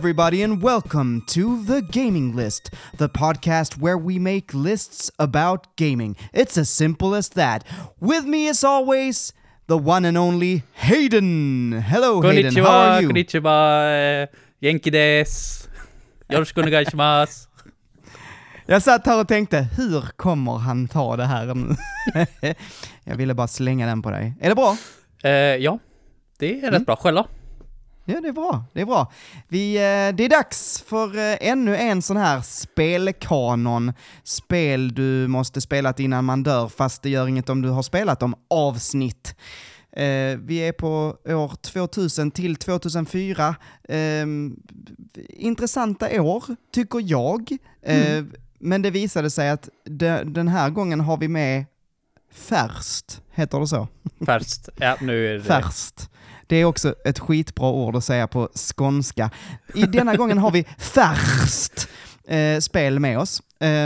everybody, and welcome to The Gaming List, the podcast where we make lists about gaming. It's as simple as that. With me, as always, the one and only Hayden. Hello, Hayden. How are you? Konnichiwa, Genki desu. Yoroshiku onegaishimasu. Jag satt här och tänkte, hur kommer han ta det här nu? Jag ville bara slänga den på dig. Är det bra? Ja, det är rätt bra. Själv då? Ja, det är bra. Det är bra. Det är dags för ännu en sån här spelkanon. Spel du måste spelat innan man dör, fast det gör inget om du har spelat dem avsnitt. Vi är på år 2000 till 2004. Intressanta år, tycker jag. Men det visade sig att den här gången har vi med färskt. Heter det så? Färskt. Ja, nu är det... Färskt. Det är också ett skitbra ord att säga på skånska. I denna gången har vi färskt spel med oss.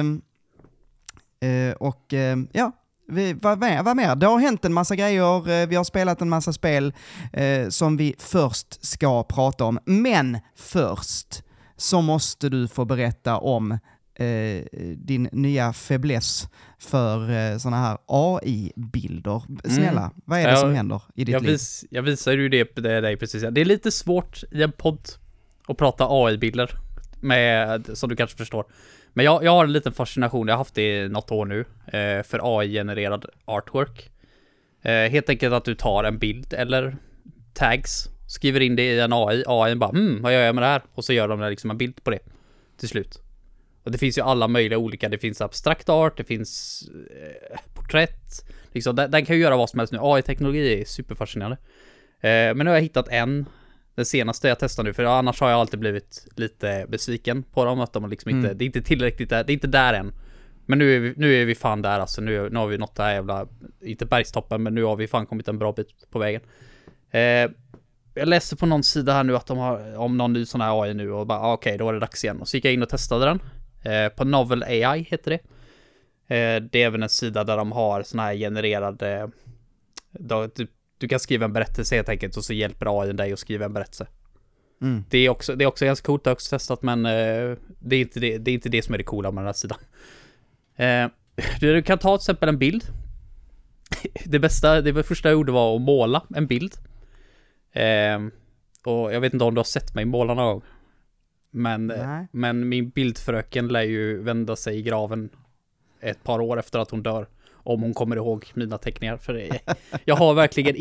Vad mer? Det har hänt en massa grejer. Vi har spelat en massa spel som vi först ska prata om. Men först så måste du få berätta om din nya fäbless för såna här AI-bilder. Snälla, vad är det som händer i ditt liv? Jag visar ju det på dig precis. Det är lite svårt i en podd att prata AI-bilder med, som du kanske förstår. Men jag har en liten fascination, jag har haft det i något år nu, för AI-genererad artwork. Helt enkelt att du tar en bild eller tags, skriver in det i en AI. AI bara, vad gör jag med det här? Och så gör de liksom en bild på det till slut. Och det finns ju alla möjliga olika. Det finns abstrakt art, det finns porträtt. Liksom, den kan ju göra vad som helst nu. AI-teknologi är superfascinerande. Men nu har jag hittat den senaste jag testar nu. För annars har jag alltid blivit lite besviken på dem. Att de liksom inte, det är inte tillräckligt där. Det är inte där än. Men nu är vi fan där. Alltså, nu har vi nått det här jävla, inte bergstoppen, men nu har vi fan kommit en bra bit på vägen. Jag läste på någon sida här nu att de har om någon ny sån här AI nu. Och bara, okej, då var det dags igen. Och så gick jag in och testade den. På Novel AI heter det. Det är även en sida där de har såna här genererade... Du kan skriva en berättelse helt enkelt och så hjälper AI dig att skriva en berättelse. Det är också ganska coolt, jag har också testat, men det är inte det som är det coola med den här sidan. Du kan ta till exempel en bild. Det första jag gjorde var att måla en bild. Och jag vet inte om du har sett mig måla någon gång. Men min bildfröken lär ju vända sig i graven ett par år efter att hon dör, om hon kommer ihåg mina teckningar. För jag har verkligen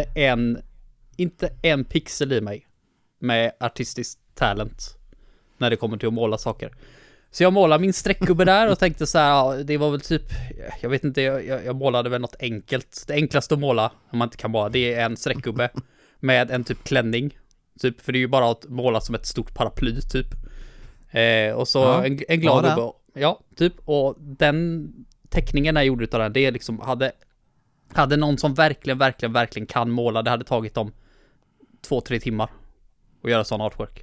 inte en pixel i mig med artistisk talent när det kommer till att måla saker. Så jag målade min streckgubbe där och tänkte så här, det var väl typ, jag vet inte, jag målade väl något enkelt. Det enklaste att måla, om man inte kan måla, det är en streckgubbe med en typ klänning. Typ, för det är ju bara att måla som ett stort paraply typ. Och så en glad gubbe. Ja, typ. Och den teckningen jag gjorde utav den, det liksom hade någon som verkligen kan måla. Det hade tagit dem 2-3 timmar att göra sån artwork.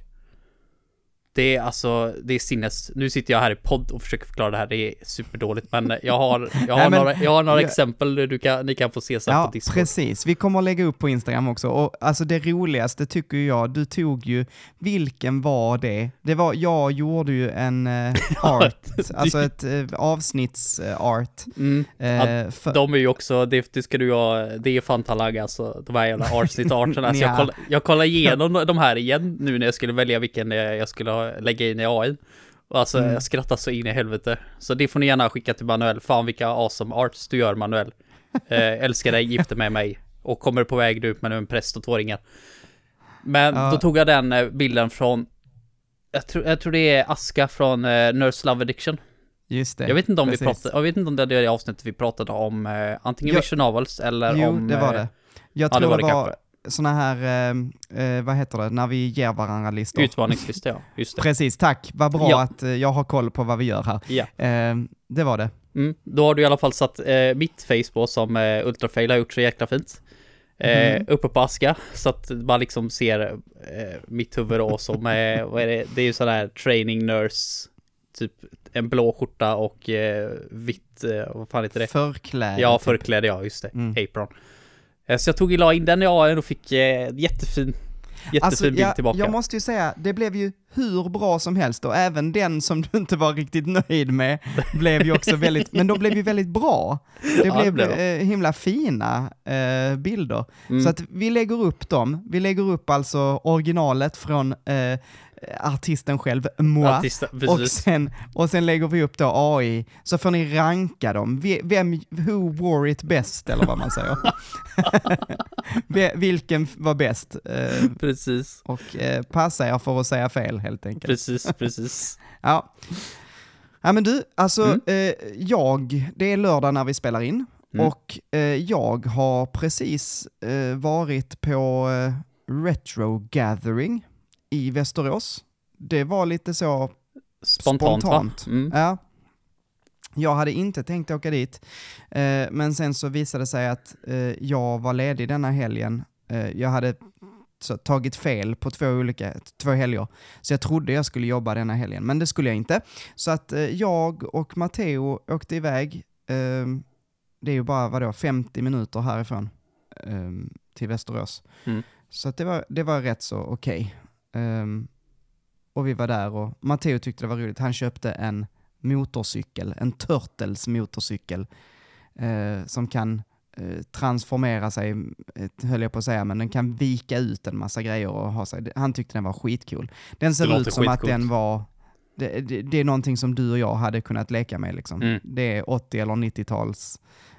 Det är sinnes. Nu sitter jag här i podd och försöker förklara det här. Det är superdåligt, men jag har några exempel ni kan få se sen på Discord. Precis. Vi kommer att lägga upp på Instagram också. Och alltså det roligaste tycker jag, du tog ju, vilken var det? Jag gjorde ju en art, alltså ett avsnittsart. De är ju också, det ska du ha, det är fan talang alltså, de här jävla avsnittsarterna. Alltså, jag kollar igenom de här igen nu när jag skulle välja vilken jag skulle lägga in i AI. Och alltså jag skrattar så in i helvete. Så det får ni gärna skicka till Manuel. Fan vilka awesome arts du gör, Manuel. Älskar dig, gifter med mig. Och kommer på väg ut med en präst och 2 ringar. Men då tog jag den bilden från jag tror det är Aska från Nurse Love Addiction. Just det. Jag vet inte om det är det avsnittet vi pratade om antingen Vision Novels eller om... Jo, det var det. Jag tror det var såna här, vad heter det, när vi ger varandra listor. Utmaningslistor, ja. Just det. Precis, tack. Vad bra att jag har koll på vad vi gör här. Ja. Det var det. Då har du i alla fall satt mitt face på som Ultrafail har gjort så jäkla fint. Uppe på Aska, så att man liksom ser mitt huvud då som vad är det? Det är ju sån här training nurse, typ en blå skjorta och vitt, vad fan heter det? Förkläde. Ja, förkläde, ja, just det. Apron. Så jag la in den i AI och fick jättefin Jättefin bild tillbaka. Jag måste ju säga, det blev ju hur bra som helst och även den som du inte var riktigt nöjd med blev ju också väldigt, men de blev ju väldigt bra. Det blev himla fina bilder. Så att vi lägger upp dem. Vi lägger upp alltså originalet från artisten själv, moi, och sen lägger vi upp då AI, så får ni ranka dem. Who wore it best, eller vad man säger. Vilken var bäst? Precis. Och passa er för att säga fel, helt enkelt. Precis. Ja. Ja, men du, alltså det är lördag när vi spelar in, och jag har precis varit på Retro Gathering i Västerås. Det var lite så spontant. Ja. Jag hade inte tänkt åka dit, men sen så visade det sig att jag var ledig denna helgen. Jag hade tagit fel på två helger, så jag trodde jag skulle jobba denna helgen, men det skulle jag inte. Så att jag och Matteo åkte iväg. Det är ju bara 50 minuter härifrån till Västerås. Så att det var rätt så okej. Och vi var där och Matteo tyckte det var roligt. Han köpte en motorcykel, en Turtles motorcykel, som kan transformera sig, höll jag på att säga, men den kan vika ut en massa grejer och ha sig. Han tyckte den var skitcool. Den ser ut som att den var det är någonting som du och jag hade kunnat leka med liksom. Det är 80 eller 90-tals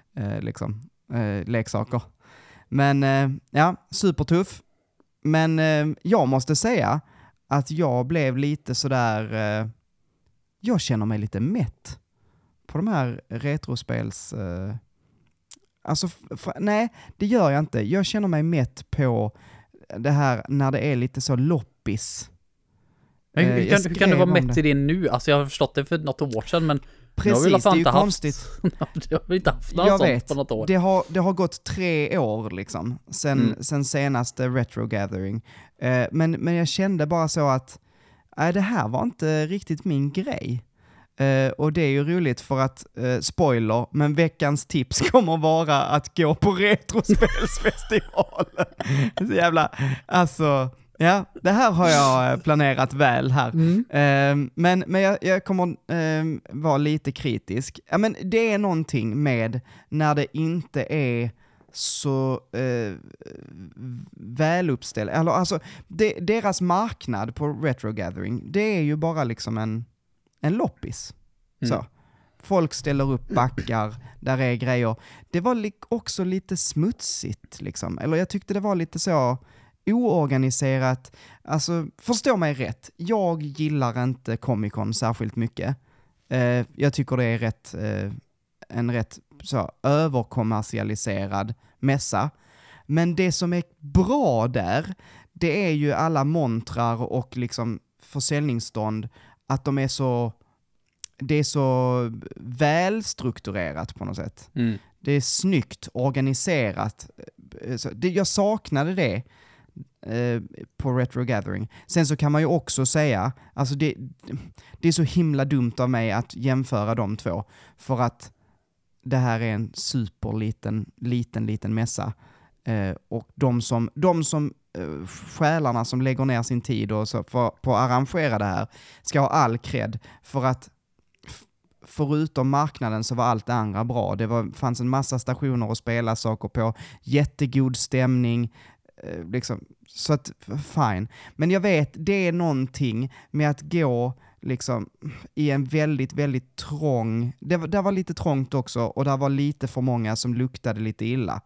leksaker. Men ja, supertuff. Men jag måste säga att jag blev lite sådär, jag känner mig lite mätt på de här retrospels, alltså nej, det gör jag inte. Jag känner mig mätt på det här när det är lite så loppis. Hur kan du vara mätt i det nu? Alltså jag har förstått det för något år sedan, men precis, det är ju konstigt. Jag har inte haft något sånt på något år. Det har gått 3 år liksom, sen senaste Retro Gathering. Men jag kände bara så att det här var inte riktigt min grej. Och det är ju roligt för att, spoiler, men veckans tips kommer vara att gå på Retrospelsfestivalen. Så jävla, alltså, ja, det här har jag planerat väl här. Men jag kommer vara lite kritisk. Ja, men det är någonting med när det inte är så väluppställd. Alltså, deras marknad på Retro Gathering, det är ju bara liksom en loppis. Så. Folk ställer upp backar, där är grejer. Det var också lite smutsigt liksom. Eller jag tyckte det var lite så oorganiserat. Alltså, förstå mig rätt. Jag gillar inte Comic-Con särskilt mycket. Jag tycker det är en rätt så överkommersialiserad mässa. Men det som är bra där, det är ju alla montrar och liksom försäljningsstånd, att det är så välstrukturerat på något sätt. Det är snyggt, organiserat. Jag saknade det på Retro Gathering. Sen så kan man ju också säga, alltså det är så himla dumt av mig att jämföra de två, för att det här är en superliten mässa. Och de som själarna som lägger ner sin tid och så på att arrangera det här ska ha all cred, för att förutom marknaden så var allt det andra bra. Fanns en massa stationer att spela saker på, jättegod stämning, liksom, så att fine. Men jag vet, det är någonting med att gå liksom i en väldigt, väldigt trång, det var lite trångt också, och där var lite för många som luktade lite illa.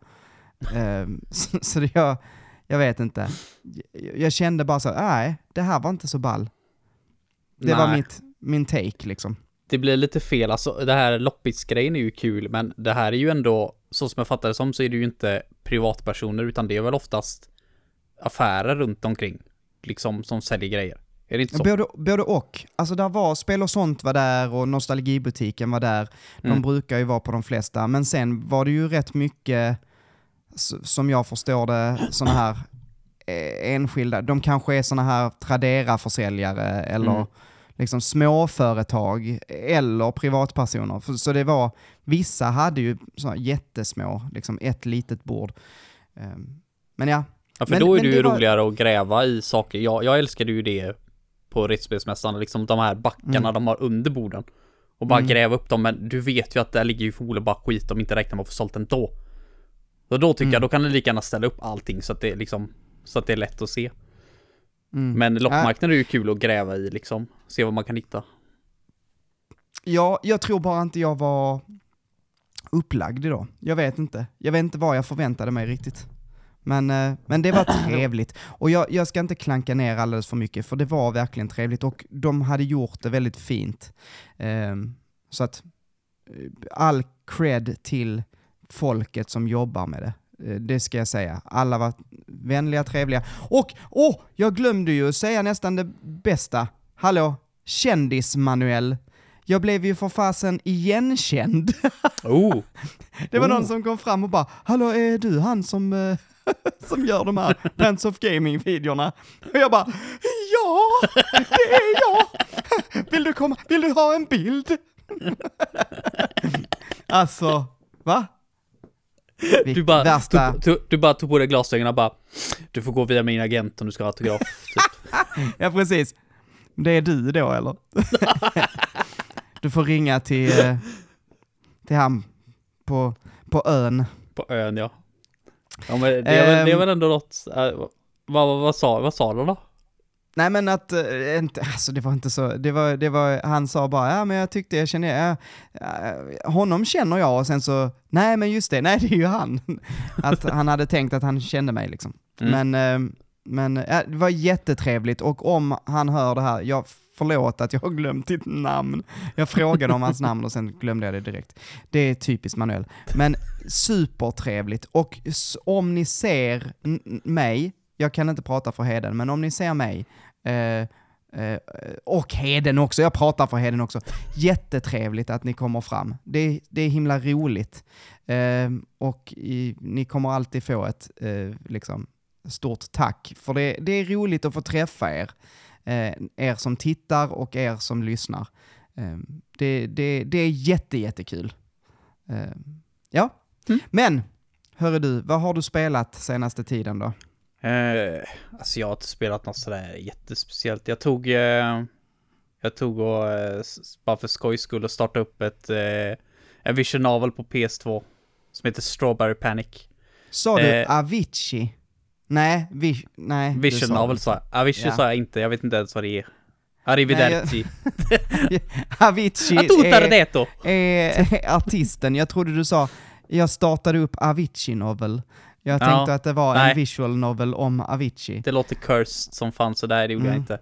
Så jag vet inte. Jag kände bara så, nej, det här var inte så ball. Det var min take liksom. Det blir lite fel, alltså det här loppis-grejen är ju kul, men det här är ju ändå, så som jag fattar det som, så är det ju inte privatpersoner, utan det är väl oftast affärer runt omkring liksom, som säljer grejer. Är det inte så? Både och. Alltså där var Spel och sånt var där, och Nostalgibutiken var där. De brukar ju vara på de flesta, men sen var det ju rätt mycket, som jag förstår det, såna här enskilda, de kanske är såna här Tradera-försäljare eller liksom småföretag eller privatpersoner. Så det var, vissa hade ju såna jättesmå, liksom ett litet bord. Men ja, Ja, för då är det ju roligare att gräva i saker. Jag älskade ju det på Ritspelsmässan, liksom de här backarna de har under borden. Och bara gräva upp dem, men du vet ju att där ligger ju förmodligen bara skit om inte räknar med att få sålt ändå. Och då tycker jag, då kan du lika gärna ställa upp allting så att det liksom, så att det är lätt att se. Men loppmarknaden är ju kul att gräva i liksom, se vad man kan hitta. Ja, jag tror bara inte jag var upplagd idag. Jag vet inte vad jag förväntade mig riktigt. Men det var trevligt. Och jag ska inte klanka ner alldeles för mycket, för det var verkligen trevligt. Och de hade gjort det väldigt fint. Så att all cred till folket som jobbar med det. Det ska jag säga. Alla var vänliga, trevliga. Och, jag glömde ju säga nästan det bästa. Hallå, kändis-Manuel. Jag blev ju för fasen igenkänd. Det var någon som kom fram och bara, hallå, är du han som gör de här Dance of Gaming-videorna? Och jag bara, ja, det är jag. Vill du ha en bild? Alltså, va? Du bara tog på dig glasögonen och bara, du får gå via min agent om du ska ha autograf. Typ. Ja, precis. Det är du då, eller? Du får ringa till han på ön. På ön, ja. Ja, men det är väl ändå något. Vad sa du då? Nej, men att alltså det var inte så. Det var han sa bara, ja, men jag tyckte jag kände honom känner jag, och sen så nej, men just det, nej, det är ju han. Att han hade tänkt att han kände mig liksom. Men det var jättetrevligt, och om han hör det här, förlåt att jag har glömt ditt namn. Jag frågade om hans namn och sen glömde jag det direkt. Det är typiskt Manuel. Men supertrevligt. Och om ni ser mig, jag kan inte prata för Heden, men om ni ser mig och Heden också, jag pratar för Heden också. Jättetrevligt att ni kommer fram. Det är himla roligt. Och ni kommer alltid få ett liksom stort tack. För det är roligt att få träffa er. Er som tittar och er som lyssnar. Det är jättekul. Ja. Men, hörru du, vad har du spelat senaste tiden då? Alltså jag har inte spelat något sådär jättespeciellt. Jag tog och bara för skojs skull och starta upp en Vision Novel på PS2 som heter Strawberry Panic. Sa du Avicii? Nej. Vision Novel sa jag. Avicii sa jag inte. Jag vet inte ens vad det är. Arrivederci. Avicii är artisten. Jag trodde du sa, jag startade upp Avicii Novel. Jag tänkte att det var en visual novel om Avicii. Det låter cursed som fan, så där det gjorde jag inte.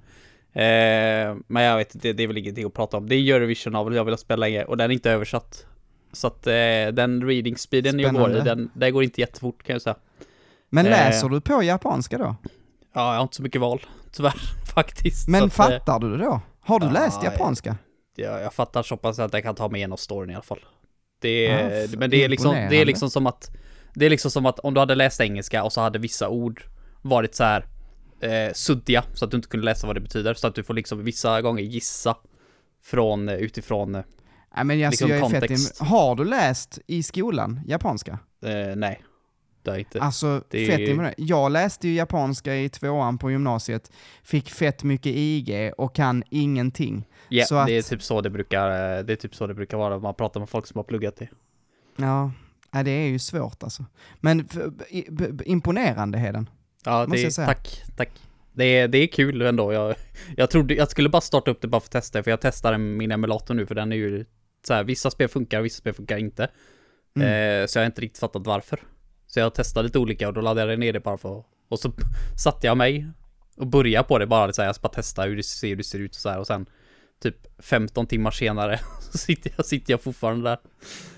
Men jag vet inte, det är väl ingenting att prata om. Det är Eurovision Novel jag vill ha spelat länge, och den är inte översatt. Så att den reading speeden jag går i, den går inte jättefort, kan jag säga. Men läser du på japanska då? Ja, jag har inte så mycket val, tyvärr, faktiskt. Men fattar du det då? Har du läst japanska? Jag fattar så pass att jag kan ta mig igenom storyn i alla fall. Men det är liksom som att om du hade läst engelska och så hade vissa ord varit så här suddiga, så att du inte kunde läsa vad det betyder, så att du får liksom vissa gånger gissa utifrån men alltså, liksom kontext. Har du läst i skolan japanska? Nej. Inte. Alltså, jag läste ju japanska i 2:an på gymnasiet, fick fett mycket IG och kan ingenting. Ja, så det är typ så det brukar vara om man pratar med folk som har pluggat det. Ja, det är ju svårt alltså. Men imponerande, Heden. Ja, tack. Det är kul ändå. Jag trodde jag skulle bara starta upp det bara för att testa, för jag testar min emulator nu, för den är ju så här, vissa spel funkar och vissa spel funkar inte. Så jag har inte riktigt fattat varför. Så jag testade lite olika och då laddade jag ner det bara och så satte jag mig och började på det bara så här, jag ska bara testa hur det ser ut och så här, och sen typ 15 timmar senare så sitter jag fortfarande där.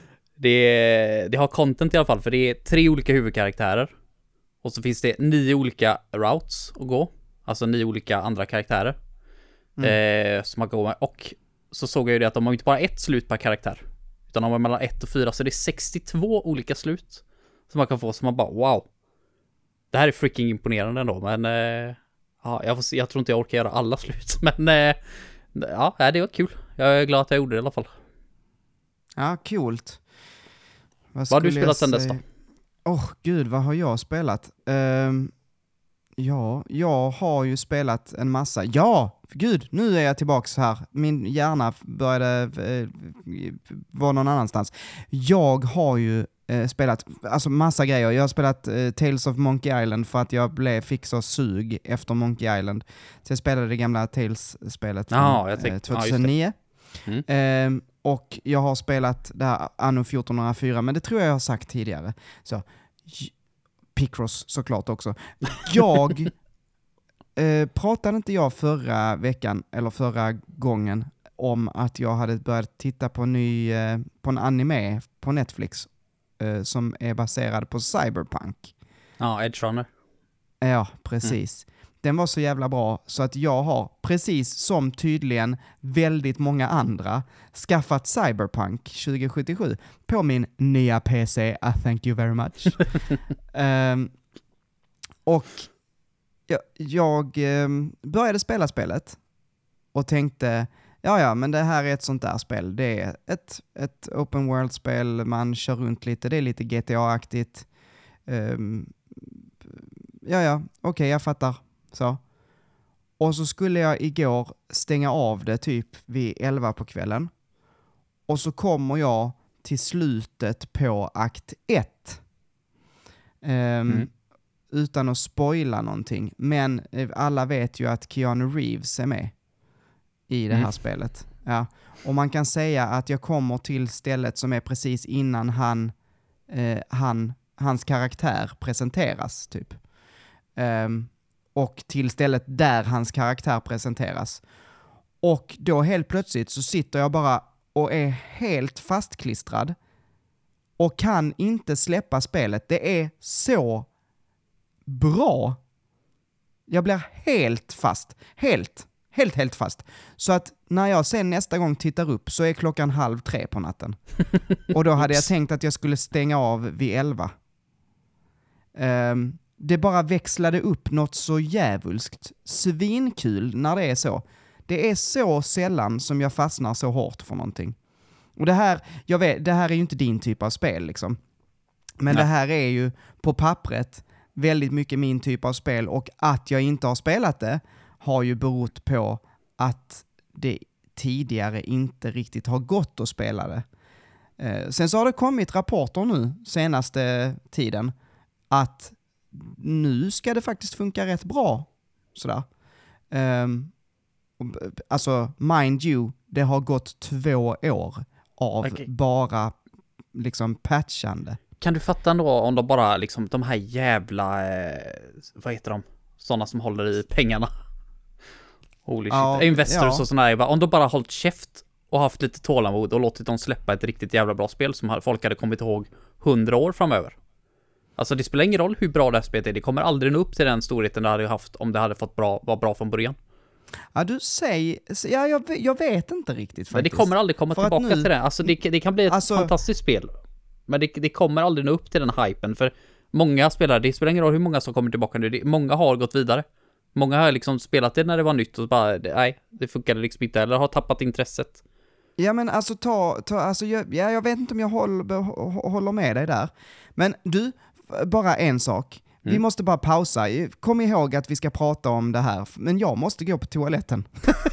Det har content i alla fall, för det är 3 olika huvudkaraktärer och så finns det 9 olika routes att gå, alltså 9 olika andra karaktärer som man kan gå med, och så såg jag ju det att de har inte bara ett slut per karaktär, utan de har mellan 1 och 4, så det är 62 olika slut som man kan få, som man bara, wow. Det här är freaking imponerande ändå, men jag tror inte jag orkar göra alla slut. Men det var kul. Jag är glad att jag gjorde det i alla fall. Ja, coolt. Vad har du spelat sen dess då? Gud, vad har jag spelat? Ja, jag har ju spelat en massa. Ja, gud, nu är jag tillbaks här. Min hjärna började vara någon annanstans. Jag har ju spelat alltså massa grejer. Jag har spelat Tales of Monkey Island för att jag fick så sug efter Monkey Island. Så jag spelade det gamla Tales-spelet från 2009. Och jag har spelat det här Anno 1404, men det tror jag har sagt tidigare. Så Picross såklart också. Jag pratade inte jag förra veckan eller förra gången om att jag hade börjat titta på en anime på Netflix som är baserad på Cyberpunk. Ja, Edge Runner. Ja, precis. Den var så jävla bra så att jag har, precis som tydligen väldigt många andra, skaffat Cyberpunk 2077 på min nya PC. Thank you very much. Och jag började spela spelet och tänkte, ja, men det här är ett sånt där spel. Det är ett open world-spel, man kör runt lite, det är lite GTA-aktigt. Okej, jag fattar. Så. Och så skulle jag igår stänga av det typ vid 11 på kvällen. Och så kommer jag till slutet på akt 1. Utan att spoila någonting. Men alla vet ju att Keanu Reeves är med i det här spelet. Ja. Och man kan säga att jag kommer till stället som är precis innan hans karaktär presenteras typ. Och till stället där hans karaktär presenteras. Och då helt plötsligt så sitter jag bara och är helt fastklistrad och kan inte släppa spelet. Det är så bra. Jag blir helt fast. Helt fast. Så att när jag sen nästa gång tittar upp så är klockan 2:30 på natten. Och då hade jag tänkt att jag skulle stänga av vid 11. Det bara växlade upp något så jävulskt. Svinkul när det är så. Det är så sällan som jag fastnar så hårt för någonting. Och det här är ju inte din typ av spel liksom. Men det här är ju på pappret väldigt mycket min typ av spel, och att jag inte har spelat det har ju berott på att det tidigare inte riktigt har gått att spela det. Sen så har det kommit rapporter nu senaste tiden att nu ska det faktiskt funka rätt bra. Sådär. Alltså, mind you, det har gått 2 år av bara liksom patchande. Kan du fatta ändå om de bara liksom, de här jävla, vad heter de? Sådana som håller i pengarna. Holy shit. Investors och sådana här, om de bara hållit käft och haft lite tålamod och låtit dem släppa ett riktigt jävla bra spel som folk hade kommit ihåg 100 år framöver. Alltså det spelar ingen roll hur bra det här spelet är. Det kommer aldrig nå upp till den storheten det hade haft om det hade fått vara bra från början. Ja, du säger... Ja, jag vet inte riktigt faktiskt. Men det kommer aldrig komma tillbaka till det. Alltså det kan bli ett fantastiskt spel. Men det kommer aldrig nå upp till den hypen. För många spelare, det spelar ingen roll hur många som kommer tillbaka nu. Många har gått vidare. Många har liksom spelat det när det var nytt och bara, nej, det funkade liksom inte. Eller har tappat intresset. Ja, men alltså alltså, jag vet inte om jag håller med dig där. Men du, bara en sak. Vi måste bara pausa. Kom ihåg att vi ska prata om det här. Men jag måste gå på toaletten.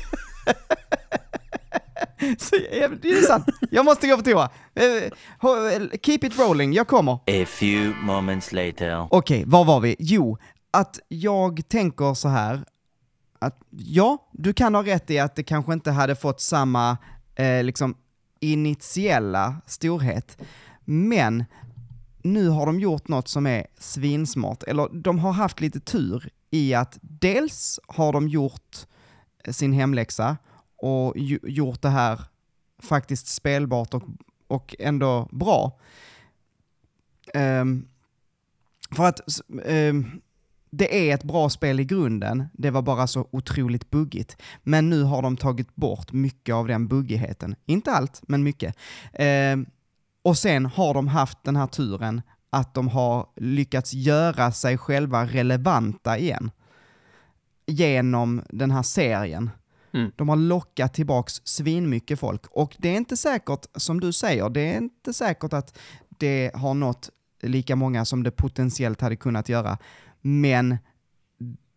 Så, det är sant. Jag måste gå på toa. Keep it rolling, jag kommer. A few moments later. Okej, var var vi? Jo, att jag tänker så här. Att ja, du kan ha rätt i att det kanske inte hade fått samma liksom initiella storhet. Men nu har de gjort något som är svinsmart. Eller de har haft lite tur i att dels har de gjort sin hemläxa och gjort det här faktiskt spelbart och ändå bra. För att det är ett bra spel i grunden. Det var bara så otroligt buggigt. Men nu har de tagit bort mycket av den buggigheten. Inte allt, men mycket. Och sen har de haft den här turen att de har lyckats göra sig själva relevanta igen. Genom den här serien. De har lockat tillbaks svinmycket folk. Och det är inte säkert, som du säger, det är inte säkert att det har nått lika många som det potentiellt hade kunnat göra. Men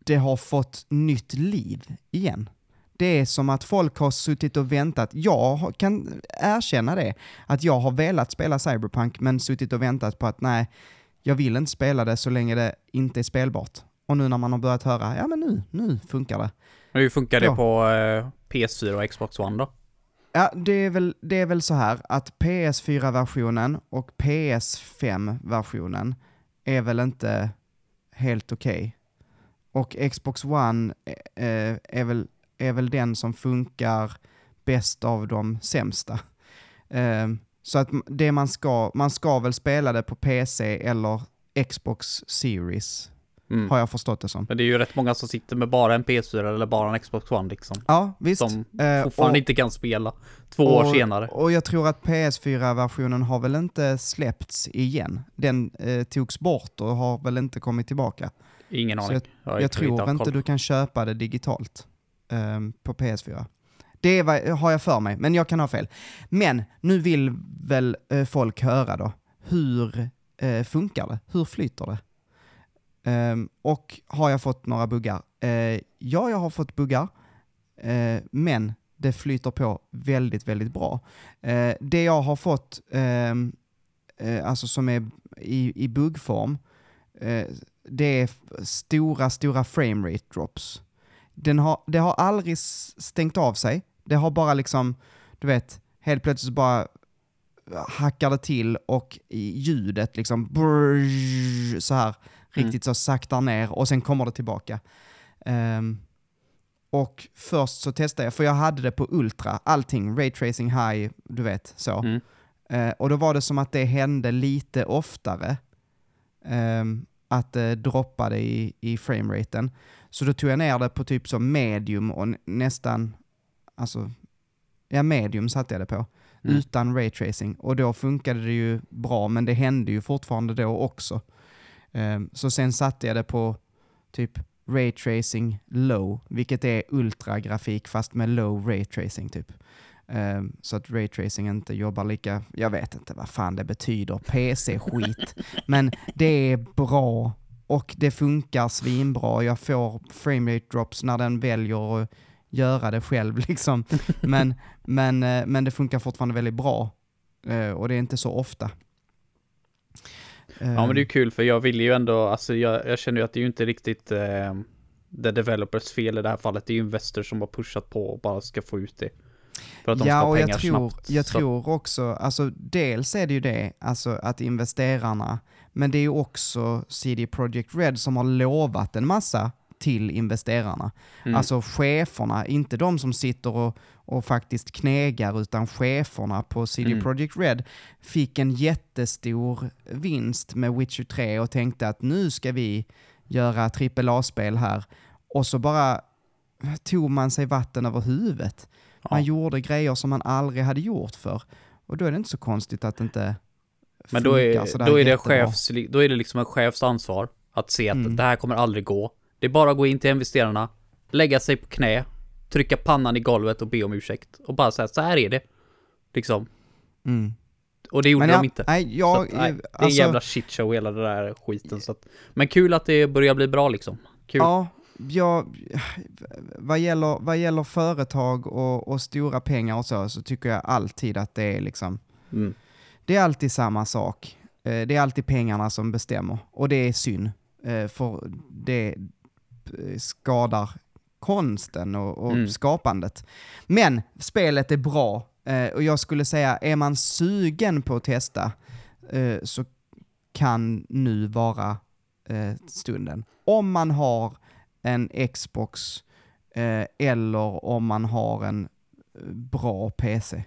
det har fått nytt liv igen. Det är som att folk har suttit och väntat. Jag kan erkänna det. Att jag har velat spela Cyberpunk men suttit och väntat på att nej, jag vill inte spela det så länge det inte är spelbart. Och nu när man har börjat höra, ja men nu funkar det. Men hur funkar det på PS4 och Xbox One då? Ja, det är väl så här att PS4-versionen och PS5-versionen är väl inte helt okej. Och Xbox One är väl den som funkar bäst av de sämsta. Så att det man ska väl spela det på PC eller Xbox Series. Har jag förstått det som. Men det är ju rätt många som sitter med bara en PS4 eller bara en Xbox One liksom. Ja, visst. Som fortfarande inte kan spela 2 år senare. Och jag tror att PS4-versionen har väl inte släppts igen. Den togs bort och har väl inte kommit tillbaka. Ingen aning. Jag tror inte du kan köpa det digitalt på PS4. Det har jag för mig, men jag kan ha fel. Men nu vill väl folk höra då. Hur funkar det? Hur flyter det? Och har jag fått några buggar? Ja, jag har fått buggar. Men det flyter på väldigt, väldigt bra. Det jag har fått, alltså som är i buggform, det är stora framerate drops. Det har aldrig stängt av sig. Det har bara liksom, du vet, helt plötsligt bara hackar det till och ljudet liksom så här riktigt så saktar ner och sen kommer det tillbaka. Och först så testade jag, för jag hade det på ultra, allting, ray tracing high, du vet, så. Och då var det som att det hände lite oftare att det droppade i frameraten. Så då tog jag ner det på typ som medium och nästan, alltså, ja, medium satte jag det på. Utan ray tracing. Och då funkade det ju bra, men det hände ju fortfarande då också. Så sen satte jag det på typ ray tracing low, vilket är ultragrafik fast med low ray tracing typ. Så att ray tracing inte jobbar lika, jag vet inte vad fan det betyder, PC-skit. Men det är bra och det funkar svinbra. Jag får framerate drops när den väljer att göra det själv liksom. Men det funkar fortfarande väldigt bra. Och det är inte så ofta. Ja, men det är ju kul, för jag vill ju ändå, alltså jag känner ju att det är ju inte riktigt the developers fel i det här fallet. Det är ju Investor som har pushat på och bara ska få ut det. För att de ska ha pengar snabbt. Jag tror också, alltså dels är det ju det, alltså att investerarna, men det är ju också CD Projekt Red som har lovat en massa till investerarna. Alltså cheferna, inte de som sitter och faktiskt knegar, utan cheferna på CD Projekt Red fick en jättestor vinst med Witcher 3 och tänkte att nu ska vi göra AAA-spel här. Och så bara tog man sig vatten över huvudet. Man gjorde grejer som man aldrig hade gjort för. Och då är det inte så konstigt att det inte men funkar sådär jättebra. Då är det liksom en chefs ansvar att se att det här kommer aldrig gå. Det är bara att gå in till investerarna, lägga sig på knä, trycka pannan i golvet och be om ursäkt. Och bara säga, så här är det. Liksom. Och det gjorde de inte. Det är en jävla shitshow hela det där skiten. Så att, men kul att det börjar bli bra liksom. Kul. Ja, vad gäller företag och stora pengar och så tycker jag alltid att det är liksom det är alltid samma sak. Det är alltid pengarna som bestämmer. Och det är synd. För det skadar konsten och skapandet. Men spelet är bra. Och jag skulle säga, är man sugen på att testa så kan nu vara stunden. Om man har en Xbox eller om man har en bra PC.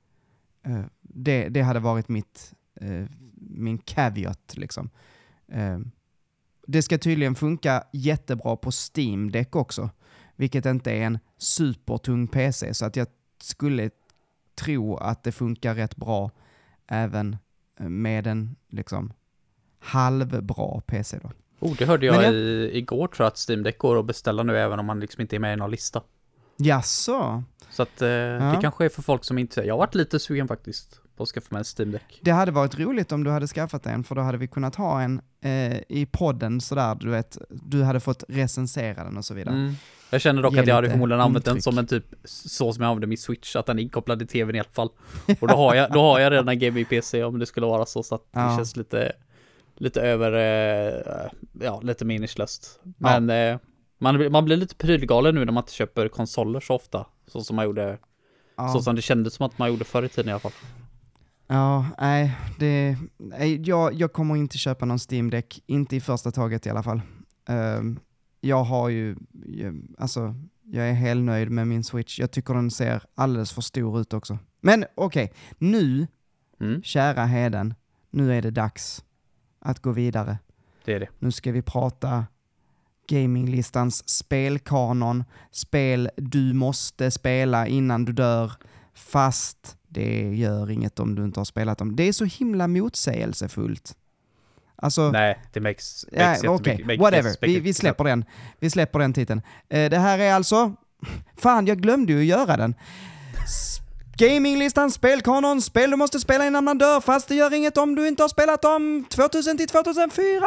Det hade varit min caveat liksom. Det ska tydligen funka jättebra på Steam Deck också, vilket inte är en supertung PC, så att jag skulle tro att det funkar rätt bra även med en liksom halvbra PC då. Det hörde jag igår, tror jag, att Steam Deck går att beställa nu även om man liksom inte är med i någon lista. Jaså? Så att det kanske är för folk som inte... Jag har varit lite sugen faktiskt på att skaffa mig en Steam Deck. Det hade varit roligt om du hade skaffat en, för då hade vi kunnat ha en i podden sådär, du vet, du hade fått recensera den och så vidare. Jag känner dock Ge att jag hade lite förmodligen använt den intryck. som en typ, så som jag använde min Switch, att den är inkopplad i tvn i alla fall. Och då har jag redan en gaming-PC om det skulle vara så att det känns lite över, lite meningslöst. Men man blir lite prylgalen nu när man inte köper konsoler så ofta, så som man gjorde, så som det kändes som att man gjorde förr i tiden i alla fall. Ja, nej, jag kommer inte köpa någon Steam Deck, inte i första taget i alla fall. Jag har jag är helt nöjd med min Switch. Jag tycker den ser alldeles för stor ut också. Men okej, nu, kära Heden, nu är det dags att gå vidare. Det är det. Nu ska vi prata gaminglistans spelkanon, spel du måste spela innan du dör, fast det gör inget om du inte har spelat dem. Det är så himla motsägelsefullt. Alltså, nej, det makes okej, whatever. Vi släpper den. Vi släpper den titeln. Det här är alltså... Fan, jag glömde ju att göra den. Gaminglistan, spelkanon, spel du måste spela innan man dör, fast det gör inget om du inte har spelat dem 2000 till 2004!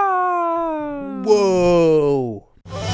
Wow!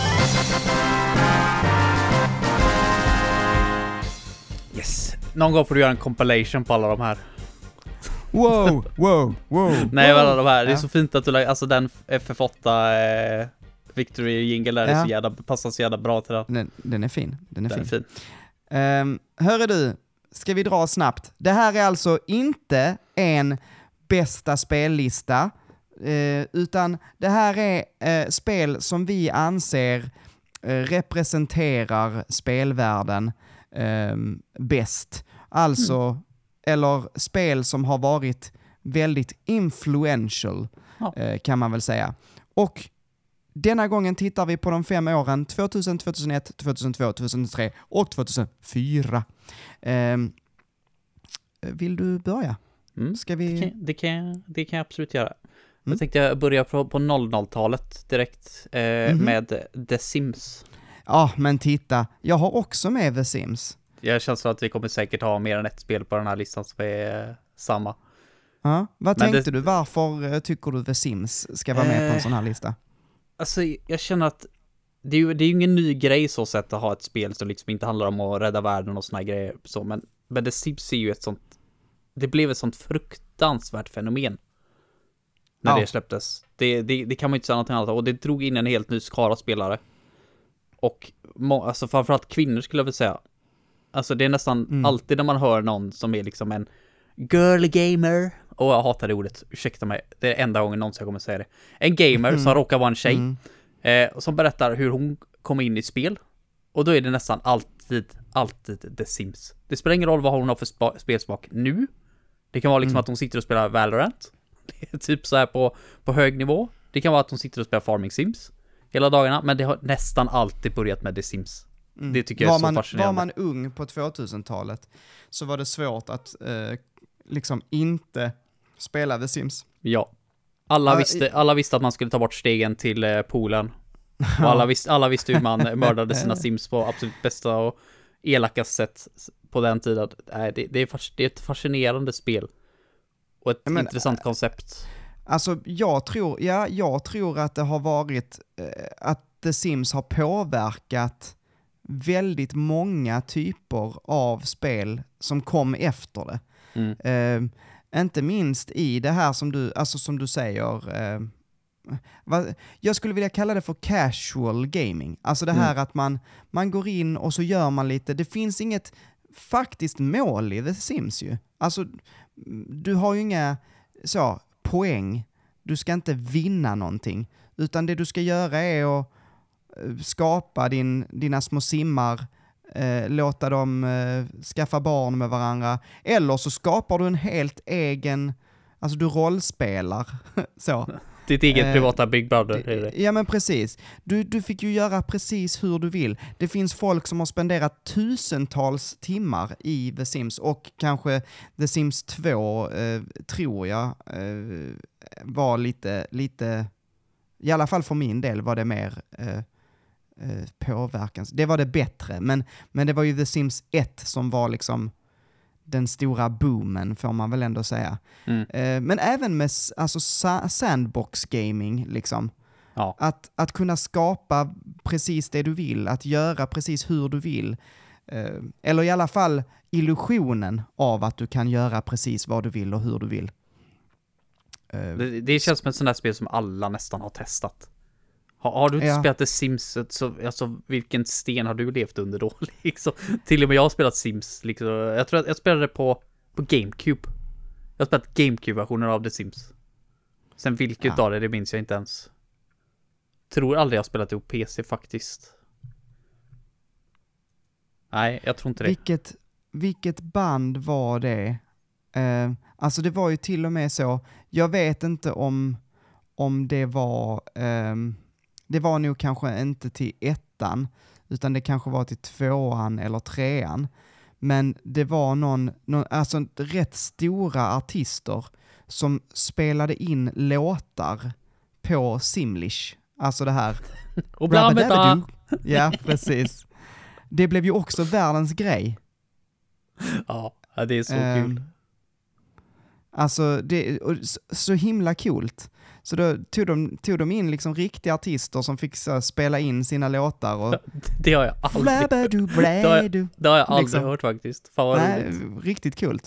Yes. Någon gång får du göra en compilation på alla de här. Wow. Nej, alla de här. Det är så fint att du alltså den FF8 Victory jingle där är så jävla, passar så jävla bra till den. Den är fin. Den är fin. Hörru du, ska vi dra snabbt? Det här är alltså inte en bästa spellista, utan det här är spel som vi anser representerar spelvärlden bäst. Alltså, eller spel som har varit väldigt influential, kan man väl säga. Och denna gången tittar vi på de 5 åren 2000, 2001, 2002, 2003 och 2004. Vill du börja? Ska vi... Det kan jag absolut göra. Jag tänkte börja på 00-talet direkt med The Sims. Ja, men titta. Jag har också med The Sims. Jag känns som att vi kommer säkert ha mer än ett spel på den här listan som är samma. Ja, vad tänkte du? Varför tycker du The Sims ska vara med på en sån här lista? Alltså, jag känner att det är ju ingen ny grej så sätt att ha ett spel som liksom inte handlar om att rädda världen och såna här grejer. Så, men The Sims är ju ett sånt... Det blev ett sånt fruktansvärt fenomen när det släpptes. Det kan man inte säga någonting annat. Och det drog in en helt ny skara spelare. Och alltså framförallt kvinnor skulle jag vilja säga. Alltså det är nästan alltid när man hör någon som är liksom en girl gamer. Och jag hatar det ordet, ursäkta mig. Det är enda gången någonsin jag kommer säga det. En gamer som råkar vara en tjej. Som berättar hur hon kommer in i spel. Och då är det nästan alltid The Sims. Det spelar ingen roll vad hon har för spelsmak nu. Det kan vara liksom att hon sitter och spelar Valorant. Det är typ så här på hög nivå. Det kan vara att hon sitter och spelar Farming Sims hela dagarna. Men det har nästan alltid börjat med The Sims. Det tycker jag är så fascinerande. Var man ung på 2000-talet så var det svårt att liksom inte spela The Sims. Ja. Alla visste att man skulle ta bort stegen till poolen. Och alla visste hur man mördade sina Sims på absolut bästa och elakaste sätt på den tiden. Det är ett fascinerande spel. Och ett intressant koncept. Alltså jag tror att det har varit att The Sims har påverkat väldigt många typer av spel som kom efter det. Inte minst i det här som du säger, jag skulle vilja kalla det för casual gaming. Alltså det här att man går in och så gör man lite, det finns inget faktiskt mål i The Sims ju. Alltså du har ju inga poäng, du ska inte vinna någonting, utan det du ska göra är att skapa dina små simmar, låta dem skaffa barn med varandra, eller så skapar du en helt egen, alltså du rollspelar så. Ditt eget privata Big Brother. Är det? Ja men precis. Du fick ju göra precis hur du vill. Det finns folk som har spenderat tusentals timmar i The Sims, och kanske The Sims 2 tror jag var lite, i alla fall för min del var det mer påverkans. Det var det bättre, men det var ju The Sims 1 som var liksom den stora boomen, får man väl ändå säga. Men även med alltså sandbox gaming liksom. Ja. Att kunna skapa precis det du vill, att göra precis hur du vill. Eller i alla fall illusionen av att du kan göra precis vad du vill och hur du vill. Det känns som ett sånt där spel som alla nästan har testat. Har du inte spelat The Sims, så alltså, vilken sten har du levt under då? Liksom. Till och med jag har spelat Sims. Liksom. Jag tror att jag spelade på GameCube. Jag har spelat GameCube-versionen av The Sims. Sen vilket av det minns jag inte ens. Tror aldrig jag har spelat det på PC faktiskt. Nej, jag tror inte det. Vilket band var det? Alltså det var ju till och med så. Jag vet inte om det var... det var nog kanske inte till 1:an, utan det kanske var till 2:an eller 3:an. Men det var någon alltså rätt stora artister som spelade in låtar på Simlish. Alltså det här. Och bla. Ja, precis. Det blev ju också världens grej. Ja, det är så kul. Alltså, det är så himla coolt. Så då tog de in liksom riktiga artister som fick spela in sina låtar. Och det har jag aldrig Det har jag aldrig liksom hört faktiskt. Fan vad roligt. Riktigt kul.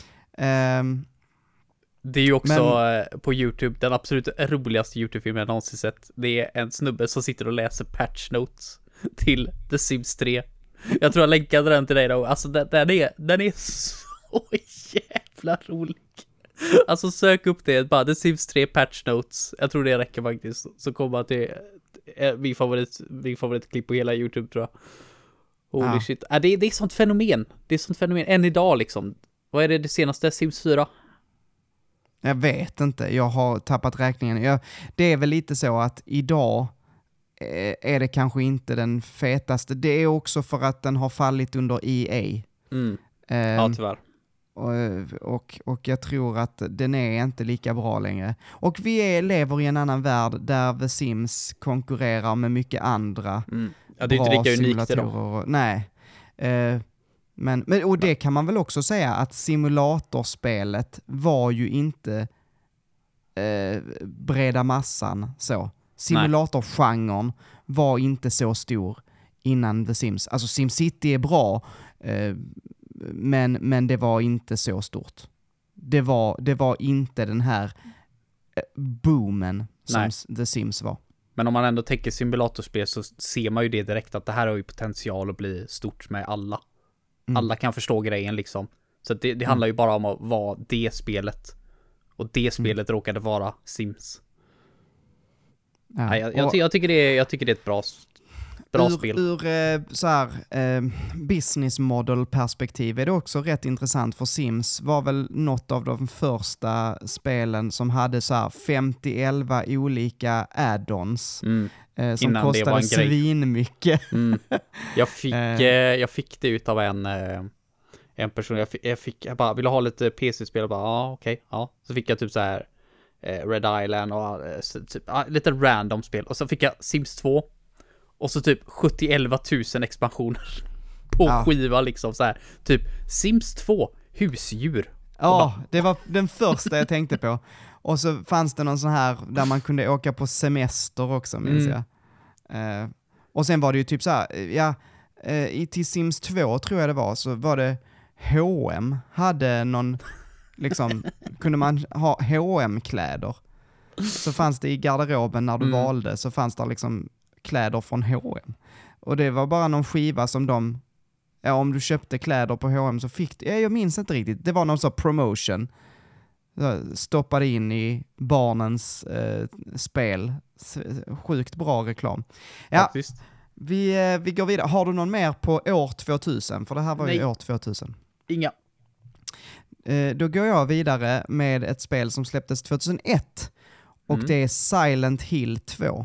Det är ju också på YouTube, den absolut roligaste YouTube-filmen jag någonsin sett. Det är en snubbe som sitter och läser patch notes till The Sims 3. Jag tror jag länkade den till dig då. Alltså den är så jävla rolig. Alltså sök upp det, bara The Sims 3 patch notes. Jag tror det räcker faktiskt. Så kommer man till min favoritklipp på hela YouTube, tror jag. Holy shit. Det är sånt fenomen. Det är sånt fenomen än idag liksom. Vad är det senaste? Sims 4? Jag vet inte. Jag har tappat räkningen. Det är väl lite så att idag är det kanske inte den fetaste. Det är också för att den har fallit under EA. Ja, tyvärr. Och jag tror att den är inte lika bra längre. Och vi lever i en annan värld där The Sims konkurrerar med mycket andra ja, det är inte lika unikt idag. Nej. Men det kan man väl också säga att simulatorspelet var ju inte breda massan så. Simulatorgenren var inte så stor innan The Sims. Alltså SimCity är bra, men det var inte så stort. Det var inte den här boomen som The Sims var. Men om man ändå tänker simulatorspel så ser man ju det direkt att det här har ju potential att bli stort med alla. Alla kan förstå grejen liksom. Så det handlar ju bara om att vara det spelet. Och det spelet råkade vara Sims. Ja, jag tycker det är ett bra spel. Ur så här, business model perspektiv är det också rätt intressant, för Sims var väl något av de första spelen som hade så här 50-11 olika add-ons som innan kostade svinmycket. Jag fick det utav en person. Jag bara ville ha lite PC-spel och bara okej. Så fick jag typ så här Red Island och typ, lite random spel, och så fick jag Sims 2 och så typ 71 000 expansioner på skiva liksom så här. Typ Sims 2 husdjur. Ja, det var den första jag tänkte på. Och så fanns det någon sån här där man kunde åka på semester också, minns jag. Och sen var det ju typ så här, till Sims 2 tror jag det var, så var det H&M hade någon liksom, kunde man ha H&M-kläder. Så fanns det i garderoben när du valde, så fanns det liksom kläder från H&M. Och det var bara någon skiva som de, om du köpte kläder på H&M så fick du, jag minns inte riktigt, det var någon sån promotion. Stoppade in i barnens spel. Sjukt bra reklam. Ja, faktiskt. Vi går vidare. Har du någon mer på år 2000? För det här var ju år 2000. Inga. Då går jag vidare med ett spel som släpptes 2001. Och det är Silent Hill 2.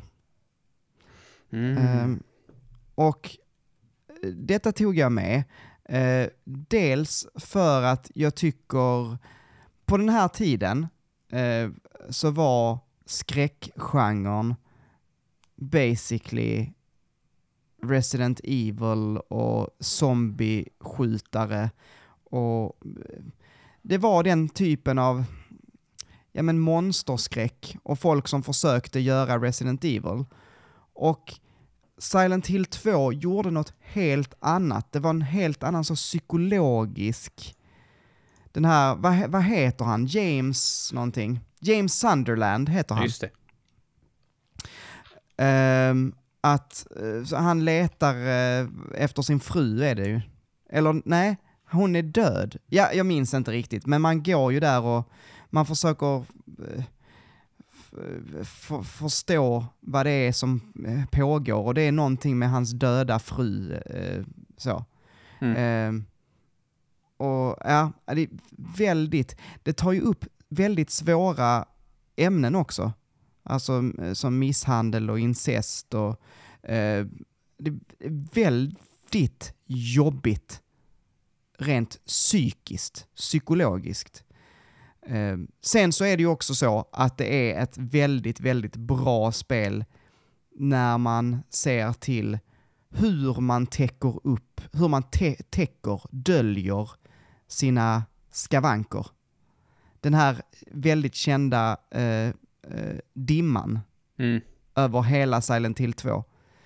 Och detta tog jag med. Dels för att jag tycker på den här tiden så var skräckgenren basically Resident Evil och zombieskjutare Och det var den typen av monsterskräck och folk som försökte göra Resident Evil. Och Silent Hill 2 gjorde något helt annat. Det var en helt annan så psykologisk... Den här, vad heter han? James någonting. James Sunderland heter han. Just det. Så han letar efter sin fru är det ju. Eller nej, hon är död. Ja, jag minns inte riktigt. Men man går ju där och man försöker förstå vad det är som pågår. Och det är någonting med hans döda fru. Och ja, det är väldigt... Det tar ju upp väldigt svåra ämnen också. Alltså som misshandel och incest och det är väldigt jobbigt rent psykologiskt. Sen så är det ju också så att det är ett väldigt, väldigt bra spel när man ser till hur man täcker upp, hur man döljer sina skavanker. Den här väldigt kända dimman över hela Silent Hill 2